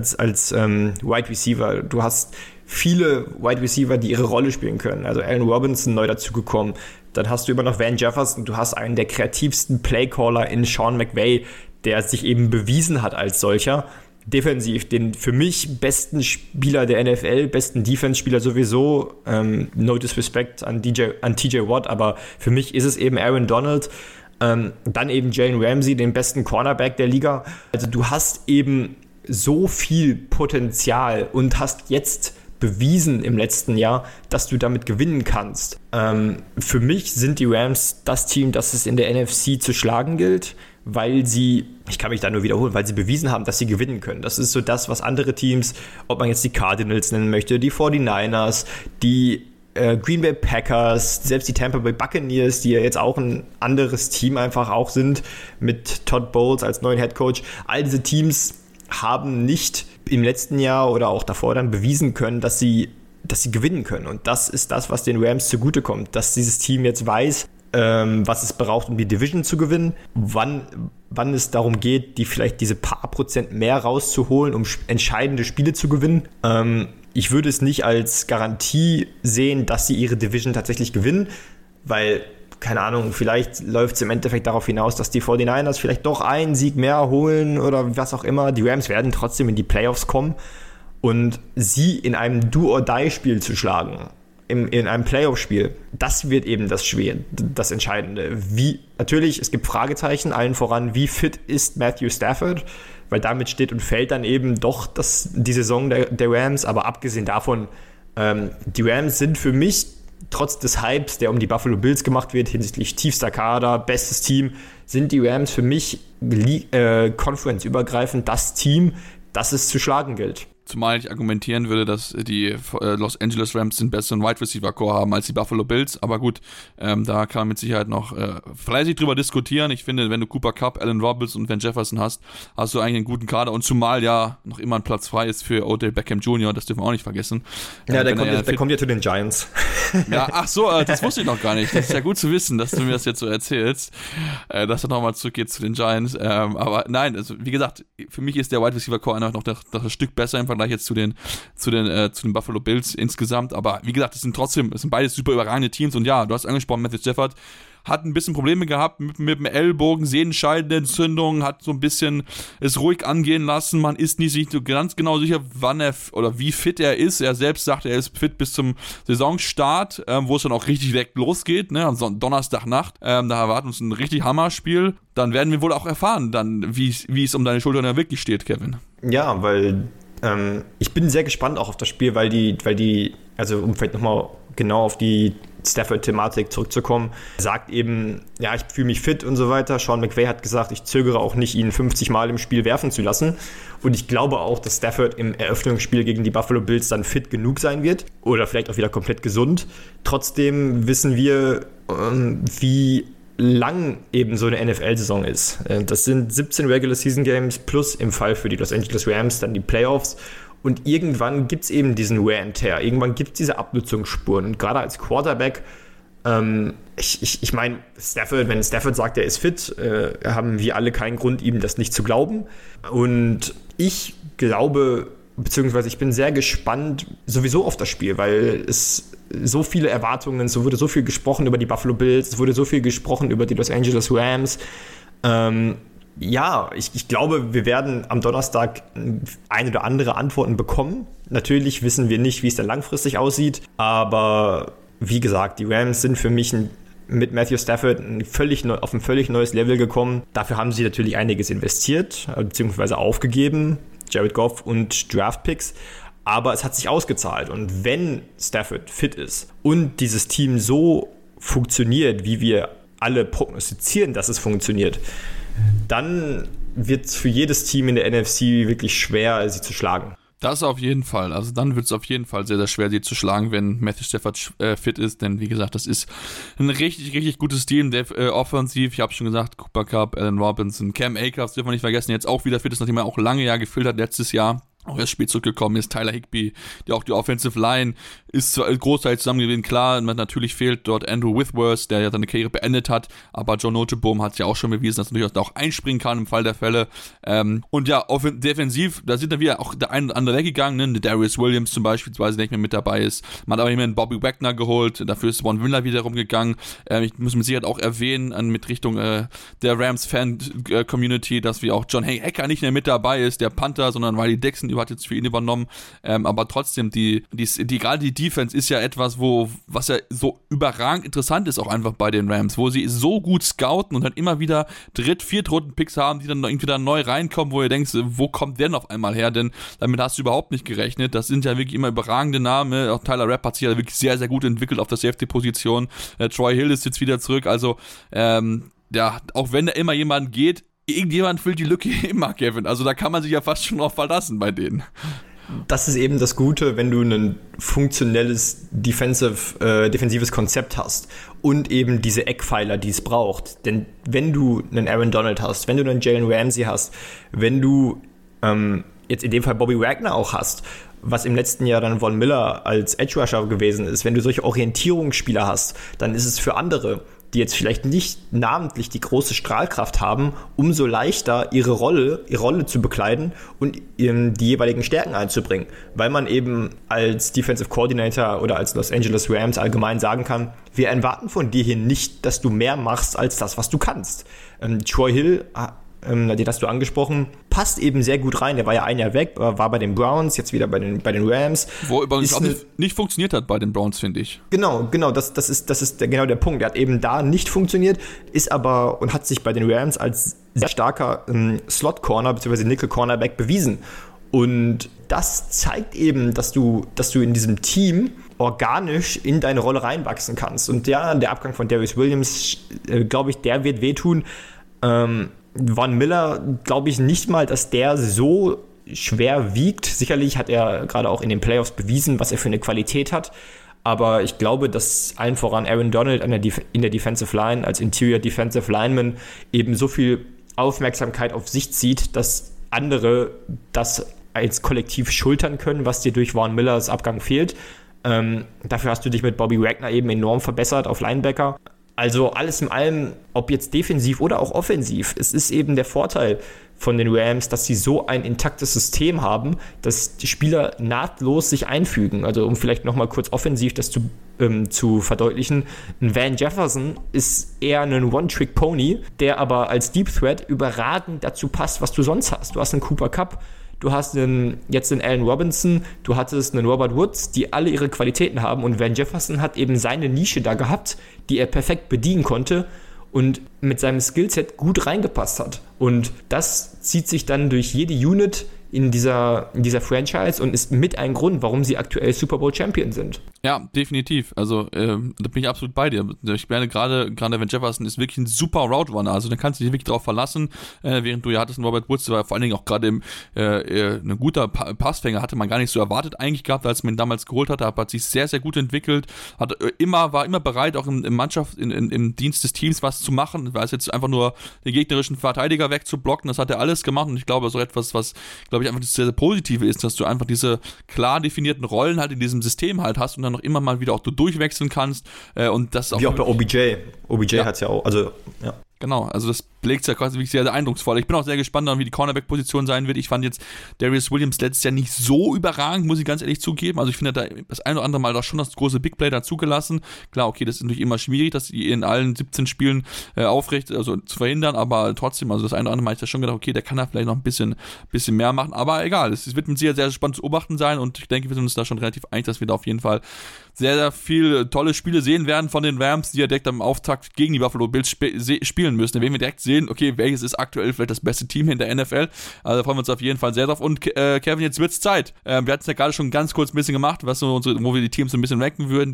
Wide Receiver, du hast viele Wide Receiver, die ihre Rolle spielen können. Also Allen Robinson neu dazugekommen. Dann hast du immer noch Van Jefferson, du hast einen der kreativsten Playcaller in Sean McVay, der sich eben bewiesen hat als solcher. Defensiv, den für mich besten Spieler der NFL, besten Defense-Spieler sowieso, no disrespect an TJ Watt, aber für mich ist es eben Aaron Donald. Dann eben Jalen Ramsey, den besten Cornerback der Liga. Also du hast eben so viel Potenzial und hast jetzt bewiesen im letzten Jahr, dass du damit gewinnen kannst. Für mich sind die Rams das Team, das es in der NFC zu schlagen gilt, weil sie, ich kann mich da nur wiederholen, weil sie bewiesen haben, dass sie gewinnen können. Das ist so das, was andere Teams, ob man jetzt die Cardinals nennen möchte, die 49ers, die Green Bay Packers, selbst die Tampa Bay Buccaneers, die ja jetzt auch ein anderes Team einfach auch sind, mit Todd Bowles als neuen Headcoach. All diese Teams haben nicht im letzten Jahr oder auch davor dann bewiesen können, dass sie gewinnen können. Und das ist das, was den Rams zugutekommt, dass dieses Team jetzt weiß, was es braucht, um die Division zu gewinnen, wann es darum geht, vielleicht diese paar Prozent mehr rauszuholen, um entscheidende Spiele zu gewinnen. Ich würde es nicht als Garantie sehen, dass sie ihre Division tatsächlich gewinnen, weil keine Ahnung, vielleicht läuft es im Endeffekt darauf hinaus, dass die 49ers vielleicht doch einen Sieg mehr holen oder was auch immer. Die Rams werden trotzdem in die Playoffs kommen und sie in einem Do-or-Die-Spiel zu schlagen, in einem Playoff-Spiel, das wird eben das Entscheidende. Natürlich, es gibt Fragezeichen, allen voran, wie fit ist Matthew Stafford, weil damit steht und fällt dann eben doch die Saison der Rams, aber abgesehen davon, die Rams sind für mich, trotz des Hypes, der um die Buffalo Bills gemacht wird, hinsichtlich tiefster Kader, bestes Team, sind die Rams für mich conference-übergreifend das Team, das es zu schlagen gilt. Zumal ich argumentieren würde, dass die Los Angeles Rams den besseren Wide Receiver Core haben als die Buffalo Bills. Aber gut, da kann man mit Sicherheit noch fleißig drüber diskutieren. Ich finde, wenn du Cooper Kupp, Allen Robinson und Van Jefferson hast du eigentlich einen guten Kader. Und zumal ja noch immer ein Platz frei ist für Odell Beckham Jr., das dürfen wir auch nicht vergessen. Ja, der kommt ja zu den Giants. Ja, ach so, das wusste ich noch gar nicht. Das ist ja gut zu wissen, dass du mir das jetzt so erzählst, dass er nochmal zurückgeht zu den Giants. Aber nein, also wie gesagt, für mich ist der Wide Receiver Core einfach noch ein Stück besser im Vergleich jetzt zu den Buffalo Bills insgesamt, aber wie gesagt, es sind beides super überragende Teams und ja, du hast angesprochen, Matthew Stafford hat ein bisschen Probleme gehabt mit dem Ellbogen, Sehnenscheidenentzündung, hat so ein bisschen es ruhig angehen lassen, man ist nicht so ganz genau sicher, wann er oder wie fit er ist, er selbst sagt, er ist fit bis zum Saisonstart, wo es dann auch richtig direkt losgeht, ne, also Donnerstagnacht, da erwartet uns ein richtig Hammerspiel, dann werden wir wohl auch erfahren, dann wie es um deine Schultern ja wirklich steht, Kevin. Ja, weil ich bin sehr gespannt auch auf das Spiel, weil die, also um vielleicht nochmal genau auf die Stafford-Thematik zurückzukommen, sagt eben, ja, ich fühle mich fit und so weiter. Sean McVay hat gesagt, ich zögere auch nicht, ihn 50 Mal im Spiel werfen zu lassen. Und ich glaube auch, dass Stafford im Eröffnungsspiel gegen die Buffalo Bills dann fit genug sein wird oder vielleicht auch wieder komplett gesund. Trotzdem wissen wir, wie lang eben so eine NFL-Saison ist. Das sind 17 Regular-Season-Games plus im Fall für die Los Angeles Rams dann die Playoffs. Und irgendwann gibt es eben diesen Wear and Tear. Irgendwann gibt es diese Abnutzungsspuren. Und gerade als Quarterback, ich meine, wenn Stafford sagt, er ist fit, haben wir alle keinen Grund, ihm das nicht zu glauben. Und ich glaube, beziehungsweise ich bin sehr gespannt sowieso auf das Spiel, weil es so viele Erwartungen, so wurde so viel gesprochen über die Buffalo Bills, es wurde so viel gesprochen über die Los Angeles Rams. Ja, ich glaube, wir werden am Donnerstag ein oder andere Antworten bekommen. Natürlich wissen wir nicht, wie es dann langfristig aussieht, aber wie gesagt, die Rams sind für mich mit Matthew Stafford auf ein völlig neues Level gekommen. Dafür haben sie natürlich einiges investiert, beziehungsweise aufgegeben, Jared Goff und Draftpicks. Aber es hat sich ausgezahlt. Und wenn Stafford fit ist und dieses Team so funktioniert, wie wir alle prognostizieren, dass es funktioniert, dann wird es für jedes Team in der NFC wirklich schwer, sie zu schlagen. Das auf jeden Fall. Also dann wird es auf jeden Fall sehr, sehr schwer, sie zu schlagen, wenn Matthew Stafford fit ist. Denn wie gesagt, das ist ein richtig, richtig gutes Team. Offensiv, ich habe schon gesagt, Cooper Kupp, Allen Robinson, Cam Akers, dürfen wir nicht vergessen, jetzt auch wieder fit ist, nachdem er auch lange ja gefehlt hat letztes Jahr. Auch das Spiel zurückgekommen ist, Tyler Higbee, auch die Offensive Line ist zwar großteils zusammen gewesen, klar, natürlich fehlt dort Andrew Whitworth, der ja seine Karriere beendet hat, aber John Nottebohm hat ja auch schon bewiesen, dass er durchaus auch einspringen kann im Fall der Fälle, und ja, defensiv, da sind dann wieder auch der ein oder andere weggegangen, ne? Darius Williams zum Beispiel, der nicht mehr mit dabei ist, man hat aber immerhin Bobby Wagner geholt, dafür ist Von Miller wieder rumgegangen, ich muss mit Sicherheit auch erwähnen, mit Richtung der Rams-Fan-Community, dass wir auch John Hacker nicht mehr mit dabei ist, der Panther, sondern Riley Dixon hat jetzt für ihn übernommen, aber trotzdem, gerade die Defense ist ja etwas, was ja so überragend interessant ist auch einfach bei den Rams, wo sie so gut scouten und dann immer wieder Viertrunden-Picks haben, die dann irgendwie da neu reinkommen, wo ihr denkt, wo kommt der denn auf einmal her, denn damit hast du überhaupt nicht gerechnet, das sind ja wirklich immer überragende Namen, auch Tyler Rapp hat sich ja wirklich sehr, sehr gut entwickelt auf der Safety-Position, Troy Hill ist jetzt wieder zurück, also ja, auch wenn da immer jemand geht, irgendjemand füllt die Lücke immer, Kevin. Also da kann man sich ja fast schon drauf verlassen bei denen. Das ist eben das Gute, wenn du ein funktionelles defensives Konzept hast und eben diese Eckpfeiler, die es braucht. Denn wenn du einen Aaron Donald hast, wenn du einen Jalen Ramsey hast, wenn du jetzt in dem Fall Bobby Wagner auch hast, was im letzten Jahr dann Von Miller als Edge Rusher gewesen ist, wenn du solche Orientierungsspieler hast, dann ist es für andere die jetzt vielleicht nicht namentlich die große Strahlkraft haben, umso leichter ihre Rolle zu bekleiden und die jeweiligen Stärken einzubringen. Weil man eben als Defensive Coordinator oder als Los Angeles Rams allgemein sagen kann, wir erwarten von dir hier nicht, dass du mehr machst als das, was du kannst. Troy Hill, den hast du angesprochen, passt eben sehr gut rein. Der war ja ein Jahr weg, war bei den Browns, jetzt wieder bei den Rams. Wo übrigens auch nicht funktioniert hat bei den Browns, finde ich. Genau, das ist genau der Punkt. Der hat eben da nicht funktioniert, ist aber und hat sich bei den Rams als sehr starker Slot-Corner bzw. Nickel-Cornerback bewiesen. Und das zeigt eben, dass du in diesem Team organisch in deine Rolle reinwachsen kannst. Und ja, der Abgang von Darius Williams, glaube ich, der wird wehtun. Von Miller glaube ich nicht mal, dass der so schwer wiegt. Sicherlich hat er gerade auch in den Playoffs bewiesen, was er für eine Qualität hat. Aber ich glaube, dass allen voran Aaron Donald in der Defensive Line als Interior Defensive Lineman eben so viel Aufmerksamkeit auf sich zieht, dass andere das als Kollektiv schultern können, was dir durch Von Millers Abgang fehlt. Dafür hast du dich mit Bobby Wagner eben enorm verbessert auf Linebacker. Also alles in allem, ob jetzt defensiv oder auch offensiv, es ist eben der Vorteil von den Rams, dass sie so ein intaktes System haben, dass die Spieler nahtlos sich einfügen. Also um vielleicht nochmal kurz offensiv das zu verdeutlichen, ein Van Jefferson ist eher ein One-Trick-Pony, der aber als Deep Threat überragend dazu passt, was du sonst hast. Du hast einen Cooper Kupp, du hast jetzt einen Allen Robinson, du hattest einen Robert Woods, die alle ihre Qualitäten haben und Van Jefferson hat eben seine Nische da gehabt, die er perfekt bedienen konnte und mit seinem Skillset gut reingepasst hat. Und das zieht sich dann durch jede Unit in dieser Franchise und ist mit ein Grund, warum sie aktuell Super Bowl Champion sind. Ja, definitiv. Also da bin ich absolut bei dir. Ich meine, gerade Van Jefferson ist wirklich ein super Route Runner. Also da kannst du dich wirklich drauf verlassen. Während du ja hattest einen Robert Woods, der war vor allen Dingen auch gerade ein guter Passfänger, hatte man gar nicht so erwartet eigentlich gehabt, als man ihn damals geholt hatte. Hat sich sehr, sehr gut entwickelt. War immer bereit, auch im Dienst des Teams was zu machen. War es jetzt einfach nur den gegnerischen Verteidiger wegzublocken. Das hat er alles gemacht. Und ich glaube, so etwas, was, glaube ich, einfach das sehr, sehr Positive ist, dass du einfach diese klar definierten Rollen halt in diesem System halt hast und dann noch immer mal wieder auch du durchwechseln kannst und das auch. Wie auch bei OBJ. OBJ hat es ja auch, also ja. Genau, also das belegt ja quasi wirklich sehr, sehr eindrucksvoll. Ich bin auch sehr gespannt, wie die Cornerback-Position sein wird. Ich fand jetzt Darius Williams letztes Jahr nicht so überragend, muss ich ganz ehrlich zugeben. Also ich finde, da das ein oder andere Mal doch schon das große Big Play dazugelassen. Klar, okay, das ist natürlich immer schwierig, das in allen 17 Spielen zu verhindern, aber trotzdem, also das eine oder andere Mal habe ich da schon gedacht, okay, der kann da vielleicht noch ein bisschen mehr machen, aber egal, es wird mit sehr, sehr spannend zu beobachten sein und ich denke, wir sind uns da schon relativ einig, dass wir da auf jeden Fall sehr, sehr viele tolle Spiele sehen werden von den Rams, die ja direkt am Auftakt gegen die Buffalo Bills spielen müssen. Da werden wir direkt sehen, okay, welches ist aktuell vielleicht das beste Team in der NFL. Also da freuen wir uns auf jeden Fall sehr drauf. Und Kevin, jetzt wird's Zeit. Wir hatten es ja gerade schon ganz kurz ein bisschen gemacht, wo wir die Teams so ein bisschen ranken würden.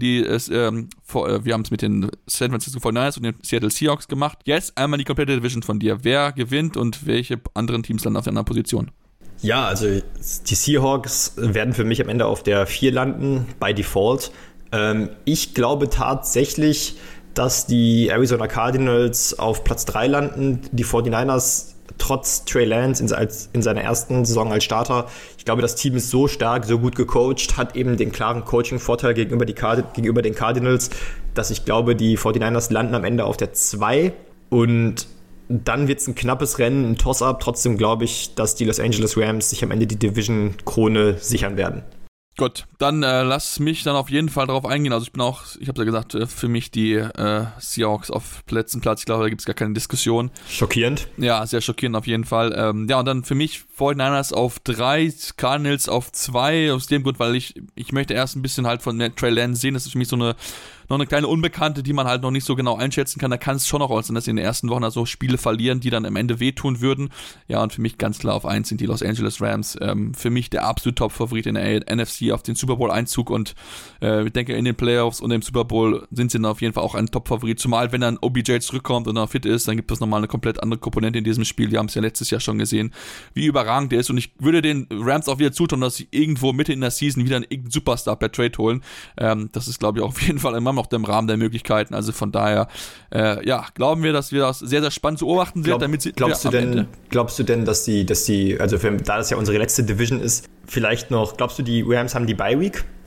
Wir haben es mit den San Francisco 49ers und den Seattle Seahawks gemacht. Jetzt einmal die komplette Division von dir. Wer gewinnt und welche anderen Teams landen auf der anderen Position? Ja, also die Seahawks werden für mich am Ende auf der 4 landen, by Default. Ich glaube tatsächlich, dass die Arizona Cardinals auf Platz 3 landen. Die 49ers trotz Trey Lance in seiner ersten Saison als Starter. Ich glaube, das Team ist so stark, so gut gecoacht, hat eben den klaren Coaching-Vorteil gegenüber den Cardinals, dass ich glaube, die 49ers landen am Ende auf der 2 und dann wird es ein knappes Rennen, ein Toss-Up. Trotzdem glaube ich, dass die Los Angeles Rams sich am Ende die Division-Krone sichern werden. Gut, dann lass mich dann auf jeden Fall darauf eingehen. Also ich habe ja gesagt, für mich die Seahawks auf letzten Platz. Ich glaube, da gibt es gar keine Diskussion. Schockierend. Ja, sehr schockierend auf jeden Fall. Und dann für mich 49ers auf 3, Cardinals auf 2. Aus dem Grund, weil ich möchte erst ein bisschen halt von Trey Lance sehen. Das ist für mich noch eine kleine Unbekannte, die man halt noch nicht so genau einschätzen kann. Da kann es schon auch sein, dass sie in den ersten Wochen also Spiele verlieren, die dann am Ende wehtun würden. Ja, und für mich ganz klar auf 1 sind die Los Angeles Rams. Für mich der absolute Top-Favorit in der NFC auf den Super Bowl-Einzug und ich denke, in den Playoffs und im Super Bowl sind sie dann auf jeden Fall auch ein Top-Favorit. Zumal, wenn dann OBJ zurückkommt und dann fit ist, dann gibt es nochmal eine komplett andere Komponente in diesem Spiel. Wir haben es ja letztes Jahr schon gesehen, wie überragend der ist. Und ich würde den Rams auch wieder zutrauen, dass sie irgendwo Mitte in der Season wieder einen Superstar per Trade holen. Das ist, glaube ich, auf jeden Fall immer noch im Rahmen der Möglichkeiten. Also von daher, glauben wir, dass wir das sehr, sehr spannend zu beobachten sind. Glaubst du denn, dass die also da das ja unsere letzte Division ist, vielleicht noch, glaubst du, die Rams haben die Bye-Week?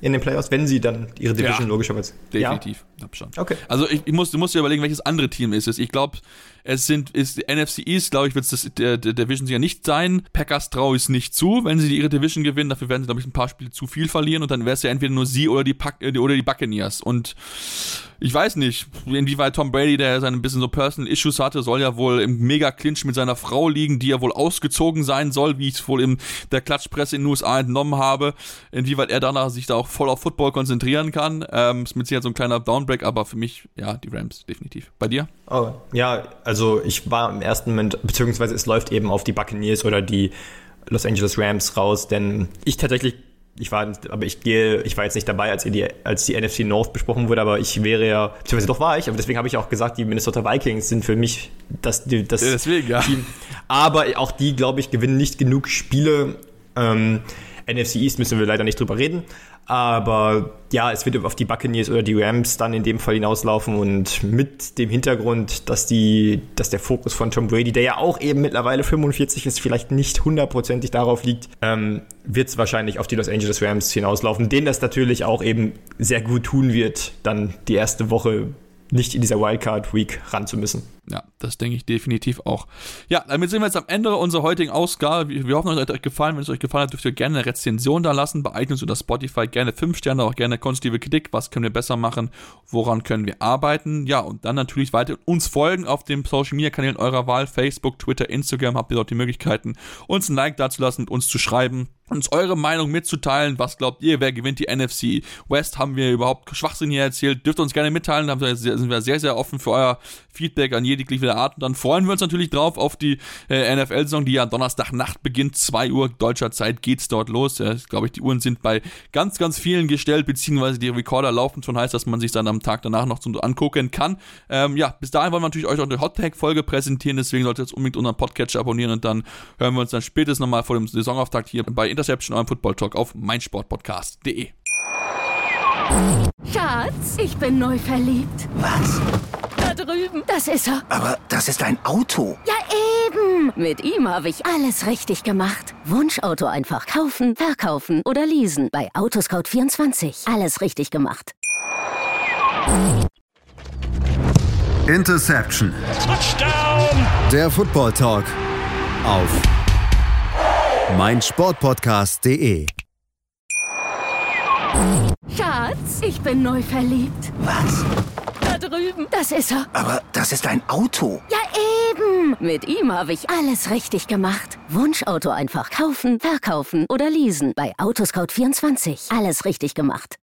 in den Playoffs, wenn sie dann ihre Division logischerweise... Definitiv. Ja? Okay. Also du musst dir überlegen, welches andere Team ist es. Ich glaube, ist NFC East, glaube ich, wird es der Division-Sieger nicht sein. Packers traue ich es nicht zu, wenn sie ihre Division gewinnen. Dafür werden sie, glaube ich, ein paar Spiele zu viel verlieren und dann wäre es ja entweder nur sie oder die Buccaneers. Und ich weiß nicht, inwieweit Tom Brady, der seine ein bisschen so Personal Issues hatte, soll ja wohl im Mega-Clinch mit seiner Frau liegen, die ja wohl ausgezogen sein soll, wie ich es wohl in der Klatschpresse in den USA entnommen habe. Inwieweit er danach sich da auch voll auf Football konzentrieren kann. Ist mit Sicherheit so ein kleiner Downbreak, aber für mich, ja, die Rams, definitiv. Bei dir? Oh, ja, also ich war im ersten Moment, beziehungsweise es läuft eben auf die Buccaneers oder die Los Angeles Rams raus, denn ich war jetzt nicht dabei, als die NFC North besprochen wurde, aber ich wäre ja, beziehungsweise doch war ich, aber deswegen habe ich auch gesagt, die Minnesota Vikings sind für mich das deswegen, ja. Team. Aber auch die, glaube ich, gewinnen nicht genug Spiele. NFC East müssen wir leider nicht drüber reden. Aber ja, es wird auf die Buccaneers oder die Rams dann in dem Fall hinauslaufen und mit dem Hintergrund, dass der Fokus von Tom Brady, der ja auch eben mittlerweile 45 ist, vielleicht nicht hundertprozentig darauf liegt, wird es wahrscheinlich auf die Los Angeles Rams hinauslaufen, denen das natürlich auch eben sehr gut tun wird, dann die erste Woche nicht in dieser Wildcard-Week ran zu müssen. Ja, das denke ich definitiv auch. Ja, damit sind wir jetzt am Ende unserer heutigen Ausgabe. Wir hoffen, es hat euch gefallen. Wenn es euch gefallen hat, dürft ihr gerne eine Rezension da lassen. Bei iTunes oder Spotify gerne 5 Sterne, auch gerne konstruktive Kritik. Was können wir besser machen? Woran können wir arbeiten? Ja, und dann natürlich weiter uns folgen auf den Social-Media-Kanälen eurer Wahl. Facebook, Twitter, Instagram. Habt ihr dort die Möglichkeiten, uns ein Like dazulassen und uns zu schreiben. Uns eure Meinung mitzuteilen. Was glaubt ihr, wer gewinnt die NFC West? Haben wir überhaupt Schwachsinn hier erzählt? Dürft ihr uns gerne mitteilen. Da sind wir sehr, sehr offen für euer Feedback an jegliche Art. Und dann freuen wir uns natürlich drauf auf die NFL-Saison, die ja Donnerstagnacht beginnt. 2 Uhr deutscher Zeit geht's dort los. Ja, glaube ich, die Uhren sind bei ganz, ganz vielen gestellt, beziehungsweise die Recorder laufen schon, heißt, dass man sich dann am Tag danach noch angucken kann. Bis dahin wollen wir natürlich euch auch eine Hot-Tag-Folge präsentieren. Deswegen solltet ihr jetzt unbedingt unseren Podcatcher abonnieren und dann hören wir uns dann spätestens nochmal vor dem Saisonauftakt hier bei Interception, eurem Football-Talk auf meinsportpodcast.de. Schatz, ich bin neu verliebt. Was? Da drüben. Das ist er. Aber das ist ein Auto. Ja, eben. Mit ihm habe ich alles richtig gemacht. Wunschauto einfach kaufen, verkaufen oder leasen. Bei Autoscout24. Alles richtig gemacht. Interception. Touchdown. Der Football Talk auf meinsportpodcast.de. Schatz, ich bin neu verliebt. Was? Da drüben. Das ist er. Aber das ist ein Auto. Ja, eben. Mit ihm habe ich alles richtig gemacht. Wunschauto einfach kaufen, verkaufen oder leasen. Bei Autoscout24. Alles richtig gemacht.